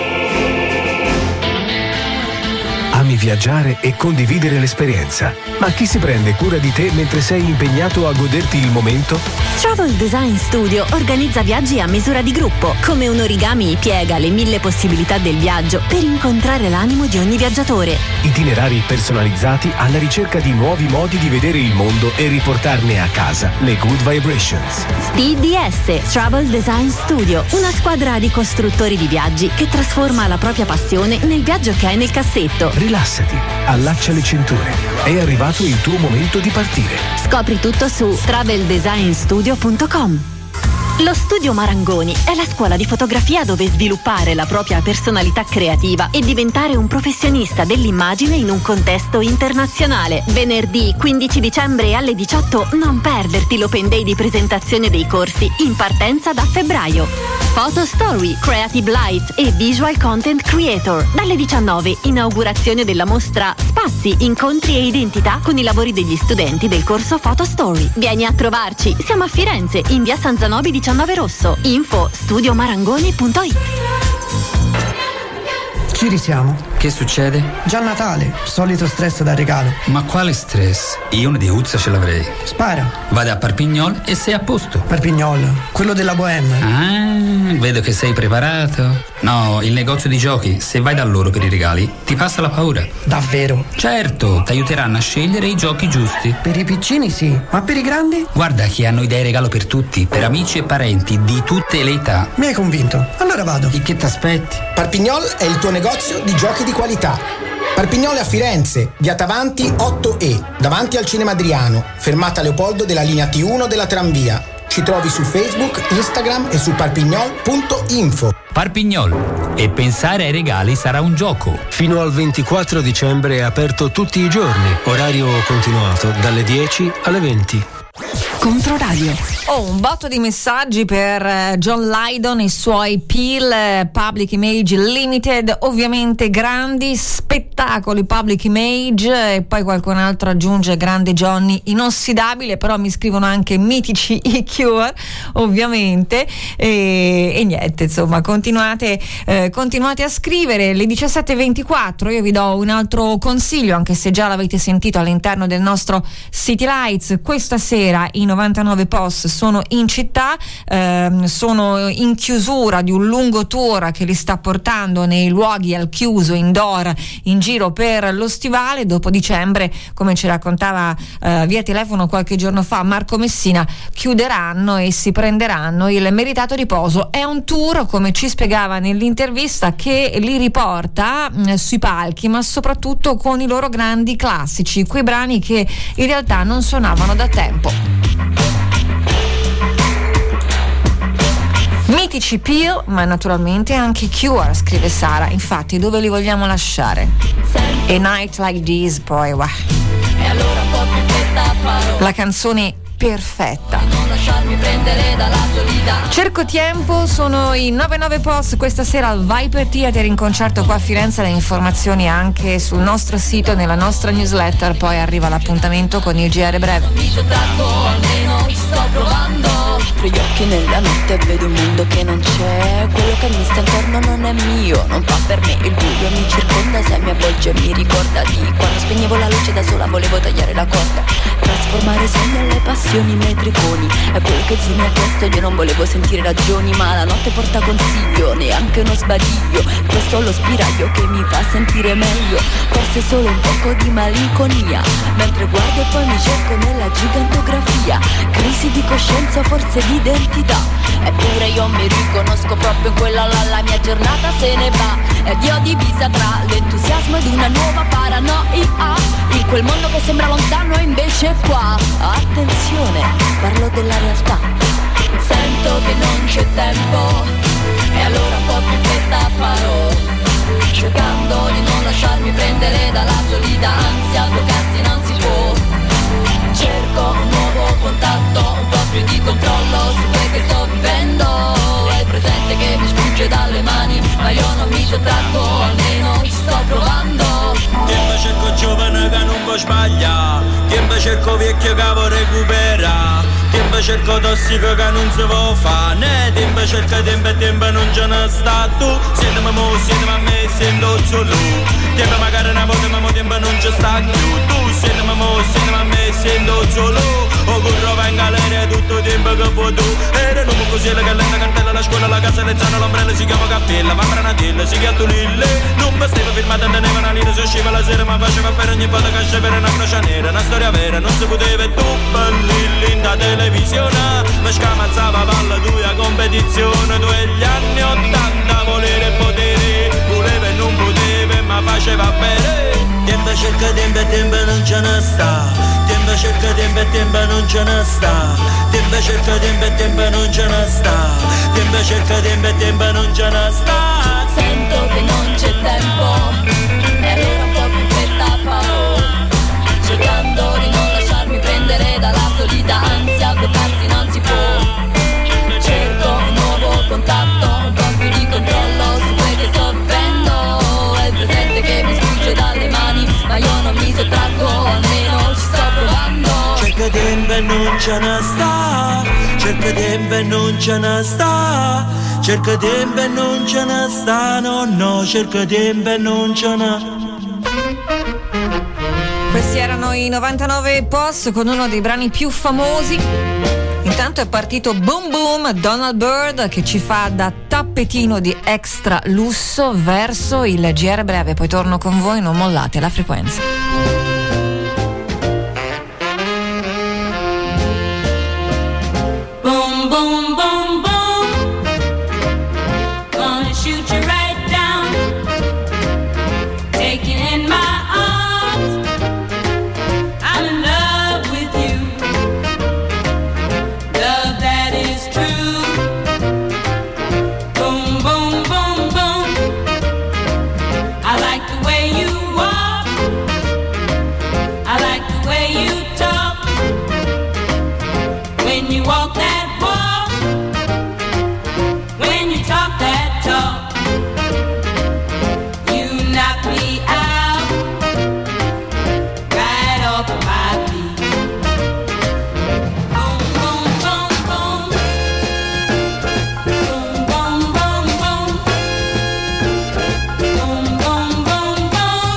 Ami viaggiare e condividere l'esperienza, ma chi si prende cura di te mentre sei impegnato a goderti il momento? Travel Design Studio organizza viaggi a misura di gruppo. Come un origami piega le 1000 possibilità del viaggio per incontrare l'animo di ogni viaggiatore. Itinerari personalizzati alla ricerca di nuovi modi di vedere il mondo e riportarne a casa le good vibrations. TDS, Travel Design Studio, una squadra di costruttori di viaggi che trasforma la propria passione nel viaggio che hai nel cassetto. Rilassati, allaccia le cinture. È arrivato il tuo momento di partire. Scopri tutto su traveldesignstudio.com. Lo Studio Marangoni è la scuola di fotografia dove sviluppare la propria personalità creativa e diventare un professionista dell'immagine in un contesto internazionale. Venerdì 15 dicembre alle 18 non perderti l'Open Day di presentazione dei corsi in partenza da febbraio. Photo Story, Creative Light e Visual Content Creator. Dalle 19 inaugurazione della mostra Spazi, incontri e identità con i lavori degli studenti del corso Photo Story. Vieni a trovarci, siamo a Firenze in via San Zanobi 19 Rosso. Info studiomarangoni.it. Ci risiamo. Che succede? Già Natale, solito stress da regalo. Ma quale stress? Io una diuzza ce l'avrei. Spara. Vada a Parpignol e sei a posto. Parpignol, quello della Bohème. Ah, vedo che sei preparato. No, il negozio di giochi, se vai da loro per i regali, ti passa la paura. Davvero? Certo, ti aiuteranno a scegliere i giochi giusti. Per i piccini sì, ma per i grandi? Guarda che hanno idee regalo per tutti, per amici e parenti di tutte le età. Mi hai convinto, allora vado. E che t'aspetti? Parpignol è il tuo negozio di giochi di qualità. Parpignol è a Firenze, via Tavanti 8E, davanti al Cinema Adriano, fermata Leopoldo della linea T1 della tranvia. Ci trovi su Facebook, Instagram e su parpignol.info. Parpignol. E pensare ai regali sarà un gioco. Fino al 24 dicembre è aperto tutti i giorni. Orario continuato dalle 10 alle 20. Controradio. Un botto di messaggi per John Lydon e i suoi Peel Public Image Limited, ovviamente grandi spettacoli Public Image, e poi qualcun altro aggiunge grande Johnny inossidabile, però mi scrivono anche mitici i Cure ovviamente, e niente, insomma continuate a scrivere. Le 17:24 io vi do un altro consiglio, anche se già l'avete sentito all'interno del nostro City Lights. Questa sera i 99 POS sono in città, sono in chiusura di un lungo tour che li sta portando nei luoghi al chiuso indoor in giro per lo stivale. Dopo dicembre, come ci raccontava via telefono qualche giorno fa Marco Messina, chiuderanno e si prenderanno il meritato riposo. È un tour, come ci spiegava nell'intervista, che li riporta sui palchi, ma soprattutto con i loro grandi classici, quei brani che in realtà non suonavano da tempo. Mitici Peel, ma naturalmente anche Cure, scrive Sara. Infatti, dove li vogliamo lasciare? A Night Like This, poi wow. E allora un po' più fretta farò. La canzone perfetta. Non lasciarmi prendere dalla solità. Cerco tempo, sono i 99 POS questa sera al Viper Theater in concerto qua a Firenze. Le informazioni anche sul nostro sito, nella nostra newsletter. Poi arriva l'appuntamento con il GR breve. Mi sottratto, almeno ci sto provando. Apro gli occhi nella notte e vedo un mondo che non c'è. Quello che mi sta intorno non è mio, non fa per me. Il buio mi circonda, se mi avvolge e mi ricorda di quando spegnevo la luce da sola, volevo tagliare la corda, trasformare i sogni alle passioni, metriconi. È quello che che Zu mi ha chiesto, io non volevo sentire ragioni, ma la notte porta consiglio, neanche uno sbadiglio. Questo è lo spiraglio che mi fa sentire meglio, forse solo un poco di malinconia, mentre guardo e poi mi cerco nella gigantografia. Crisi di coscienza, forse di identità, eppure io mi riconosco proprio in quella là. La mia giornata se ne va ed io divisa tra l'entusiasmo ed una nuova paranoia, in quel mondo che sembra lontano e invece è qua. Attenzione, parlo della realtà, sento che non c'è tempo e allora un po' più in fretta farò, cercando di non lasciarmi prendere dalla solita ansia, bloccarsi non si può. Cerco un nuovo contatto, un po' più di controllo su quel che sto vivendo. È il presente che mi sfugge dalle mani, ma io non mi sottraggo, almeno ci sto provando. Tempo cerco giovane che non può sbagliare, tempo cerco vecchio che vuoi recupera, tempo cerco tossico che non si può fare, né tempo cerco tempo e tempo non ce ne sta. Tu siedimi mo, siedimi a me, sento solo, tempo magari una volta ma mo tempo non ci sta più. Tu siedimi mo, siedimi a me, sento solo, o corro va in galera tutto il tempo che puoi tu. Era l'uomo così, la gallina, cartella, la scuola, la casa, le zone, l'ombrella, si chiama cappella, va granatella, si chiama lille. Non bastava firmata, ne ne una lira, si usciva la sera, ma faceva per ogni volta che scevere una croce nera, una storia vera, non si poteva e tu lì in da televisione, mi scamazzava palla tua competizione, tu e gli anni 80, volere e potere, voleva e non poteva, ma faceva bene. Tempo cerca tempo e tempo non ce ne sta, tempo cerca tempo e tempo non ce ne sta, tempo cerca tempo e tempo non ce ne sta, tempo cerca tempo e tempo non ce ne sta. Sento che non c'è tempo e allora un po' più in fretta farò, cercando di non lasciarmi prendere dalla solita ansia, bloccarsi non si può. Cerco un nuovo contatto, un po' più di controllo su quel che sto vivendo. È il presente che mi sfugge dalle mani, ma io non mi sottraggo, almeno ci sto provando. Cerca tempo e non ce ne sta, cerca tempo e non ce ne sta, cerca tempo e non ce ne sta, no no, cerca tempo e non ce ne. Questi erano i 99 Post con uno dei brani più famosi. Intanto è partito Boom Boom, Donald Byrd, che ci fa da tappetino di extra lusso verso il GR breve. Poi torno con voi, non mollate la frequenza. Boom, boom, boom, boom. Gonna shoot you right down. Take you in my arms. I'm in love with you. Love that is true. Boom, boom, boom, boom. I like the way you walk. I like the way you talk. When you walk that walk, when you talk that talk, you knock me out, right off my feet. Boom, boom, boom, boom. Boom, boom, boom, boom. Boom, boom, boom, boom.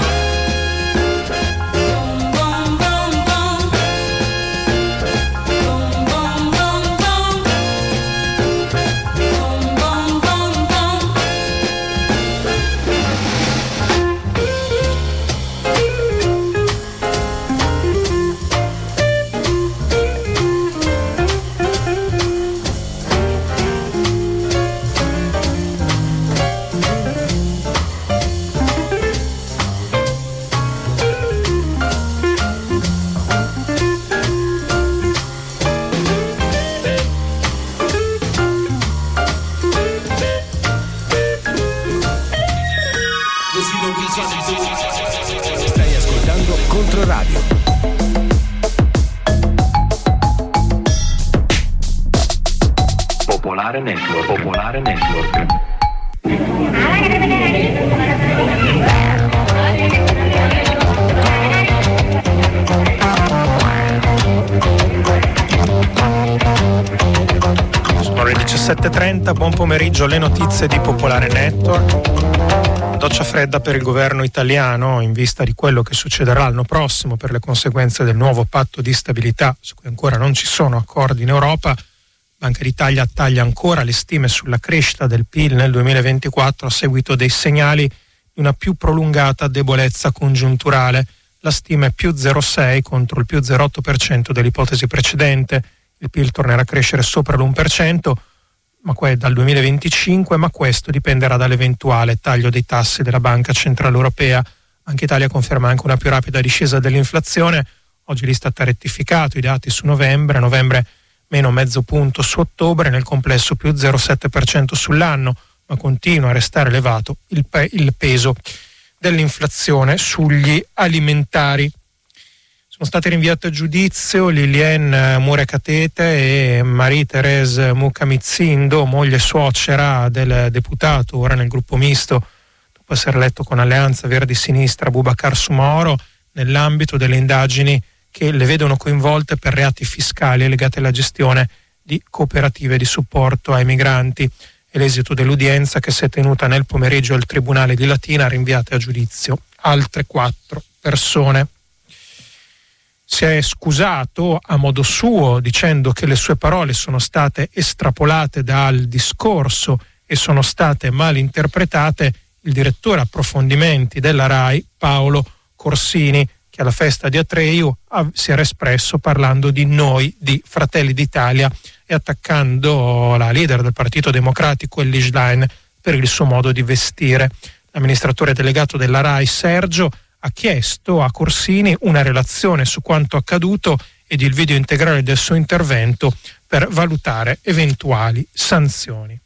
Boom, boom, boom, boom. Boom, boom, boom, boom. Boom, boom, boom, boom. Stai ascoltando Controradio. Popolare Network. Popolare Network. Sono le 17:30, buon pomeriggio, le notizie di Popolare Network. Doccia fredda per il governo italiano in vista di quello che succederà l'anno prossimo per le conseguenze del nuovo patto di stabilità, su cui ancora non ci sono accordi in Europa. Banca d'Italia attaglia ancora le stime sulla crescita del PIL nel 2024 a seguito dei segnali di una più prolungata debolezza congiunturale. La stima è più 0,6 contro il più 0,8% dell'ipotesi precedente. Il PIL tornerà a crescere sopra l'1%, dal 2025, ma questo dipenderà dall'eventuale taglio dei tassi della Banca Centrale Europea. Banca Italia conferma anche una più rapida discesa dell'inflazione. Oggi l'Istat ha rettificato i dati su novembre meno mezzo punto su ottobre, nel complesso più 0,7% sull'anno, ma continua a restare elevato il peso dell'inflazione sugli alimentari. Sono state rinviate a giudizio Liliane Murekatete e Marie-Thérèse Mukamitzindo, moglie e suocera del deputato, ora nel gruppo misto, dopo essere eletto con Alleanza Verdi-Sinistra Boubacar Soumahoro, nell'ambito delle indagini che le vedono coinvolte per reati fiscali legati alla gestione di cooperative di supporto ai migranti. E l'esito dell'udienza, che si è tenuta nel pomeriggio al Tribunale di Latina, ha rinviate a giudizio altre 4 persone. Si è scusato a modo suo dicendo che le sue parole sono state estrapolate dal discorso e sono state mal interpretate il direttore approfondimenti della RAI Paolo Corsini, che alla festa di Atreju si era espresso parlando di noi, di Fratelli d'Italia, e attaccando la leader del Partito Democratico Elly Schlein per il suo modo di vestire. L'amministratore delegato della RAI Sergio ha chiesto a Corsini una relazione su quanto accaduto ed il video integrale del suo intervento per valutare eventuali sanzioni.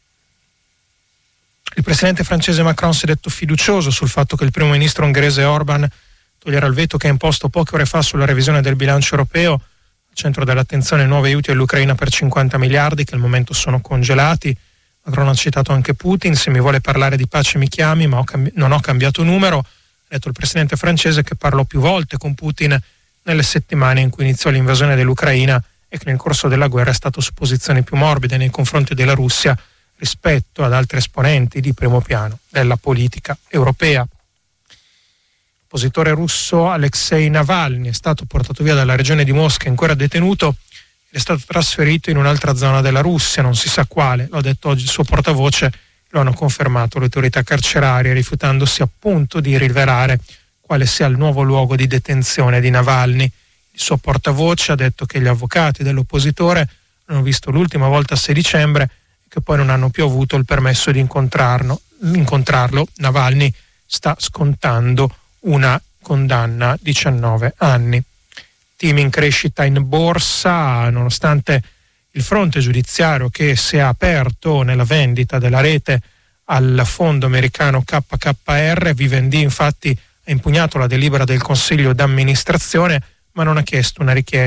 Il presidente francese Macron si è detto fiducioso sul fatto che il primo ministro ungherese Orban toglierà il veto che ha imposto poche ore fa sulla revisione del bilancio europeo. Al centro dell'attenzione nuovi aiuti all'Ucraina per 50 miliardi che al momento sono congelati. Macron ha citato anche Putin: se mi vuole parlare di pace mi chiami, ma non ho cambiato numero. Ha detto il presidente francese che parlò più volte con Putin nelle settimane in cui iniziò l'invasione dell'Ucraina e che nel corso della guerra è stato su posizioni più morbide nei confronti della Russia rispetto ad altri esponenti di primo piano della politica europea. L'oppositore russo Alexei Navalny è stato portato via dalla regione di Mosca in cui era detenuto ed è stato trasferito in un'altra zona della Russia, non si sa quale. Lo ha detto oggi il suo portavoce, lo hanno confermato le autorità carcerarie, rifiutandosi appunto di rivelare quale sia il nuovo luogo di detenzione di Navalny. Il suo portavoce ha detto che gli avvocati dell'oppositore l'hanno visto l'ultima volta a 6 dicembre e che poi non hanno più avuto il permesso di incontrarlo. Navalny sta scontando una condanna a 19 anni. Team in crescita in borsa, nonostante il fronte giudiziario che si è aperto nella vendita della rete al fondo americano KKR. Vivendi infatti ha impugnato la delibera del consiglio d'amministrazione, ma non ha chiesto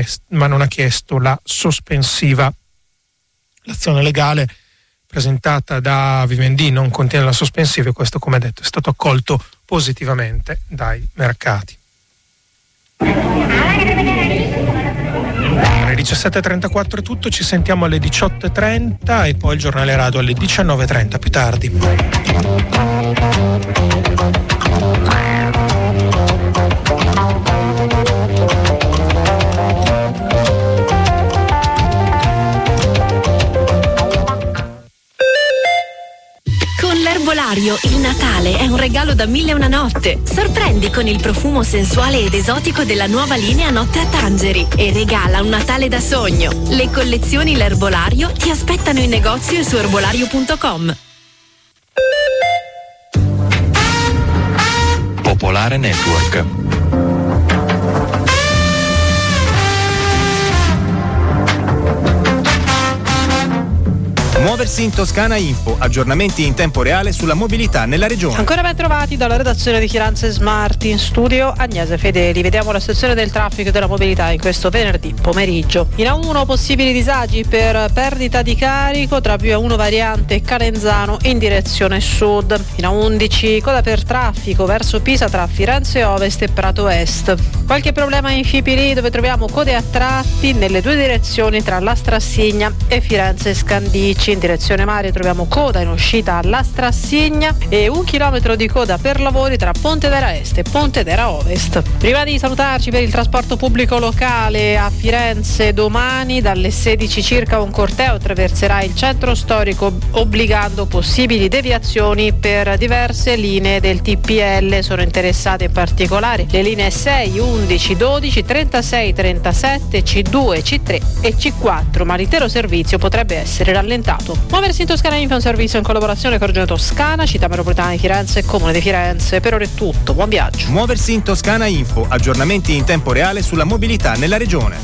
la sospensiva. L'azione legale presentata da Vivendi non contiene la sospensiva e questo, come detto, è stato accolto positivamente dai mercati. Alle 17.34 è tutto, ci sentiamo alle 18.30 e poi il giornale radio alle 19.30 più tardi. L'erbolario, il Natale è un regalo da 1001 notte. Sorprendi con il profumo sensuale ed esotico della nuova linea Notte a Tangeri e regala un Natale da sogno. Le collezioni L'Erbolario ti aspettano in negozio e su erbolario.com. Popolare Network. Muoversi in Toscana Info, aggiornamenti in tempo reale sulla mobilità nella regione. Ancora ben trovati dalla redazione di Chiranze Smart, in studio Agnese Fedeli. Vediamo la situazione del traffico e della mobilità in questo venerdì pomeriggio. In A1 possibili disagi per perdita di carico tra via 1 variante Calenzano in direzione sud. In A11 coda per traffico verso Pisa tra Firenze Ovest e Prato Est. Qualche problema in Fipili dove troviamo code a tratti nelle due direzioni tra la Strassigna e Firenze Scandici. in direzione mare troviamo coda in uscita alla Strassigna e 1 chilometro di coda per lavori tra Ponte d'Era Est e Ponte d'Era Ovest. Prima di salutarci, per il trasporto pubblico locale a Firenze domani dalle 16 circa un corteo attraverserà il centro storico obbligando possibili deviazioni per diverse linee del TPL. Sono interessate in particolare le linee 6, 11, 12, 36, 37, C2, C3 e C4, ma l'intero servizio potrebbe essere rallentato. Muoversi in Toscana Info è un servizio in collaborazione con Regione Toscana, Città Metropolitana di Firenze e Comune di Firenze. Per ora è tutto, buon viaggio. Muoversi in Toscana Info, aggiornamenti in tempo reale sulla mobilità nella regione.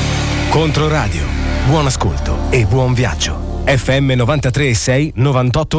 Controradio, buon ascolto e buon viaggio. FM 93.6 98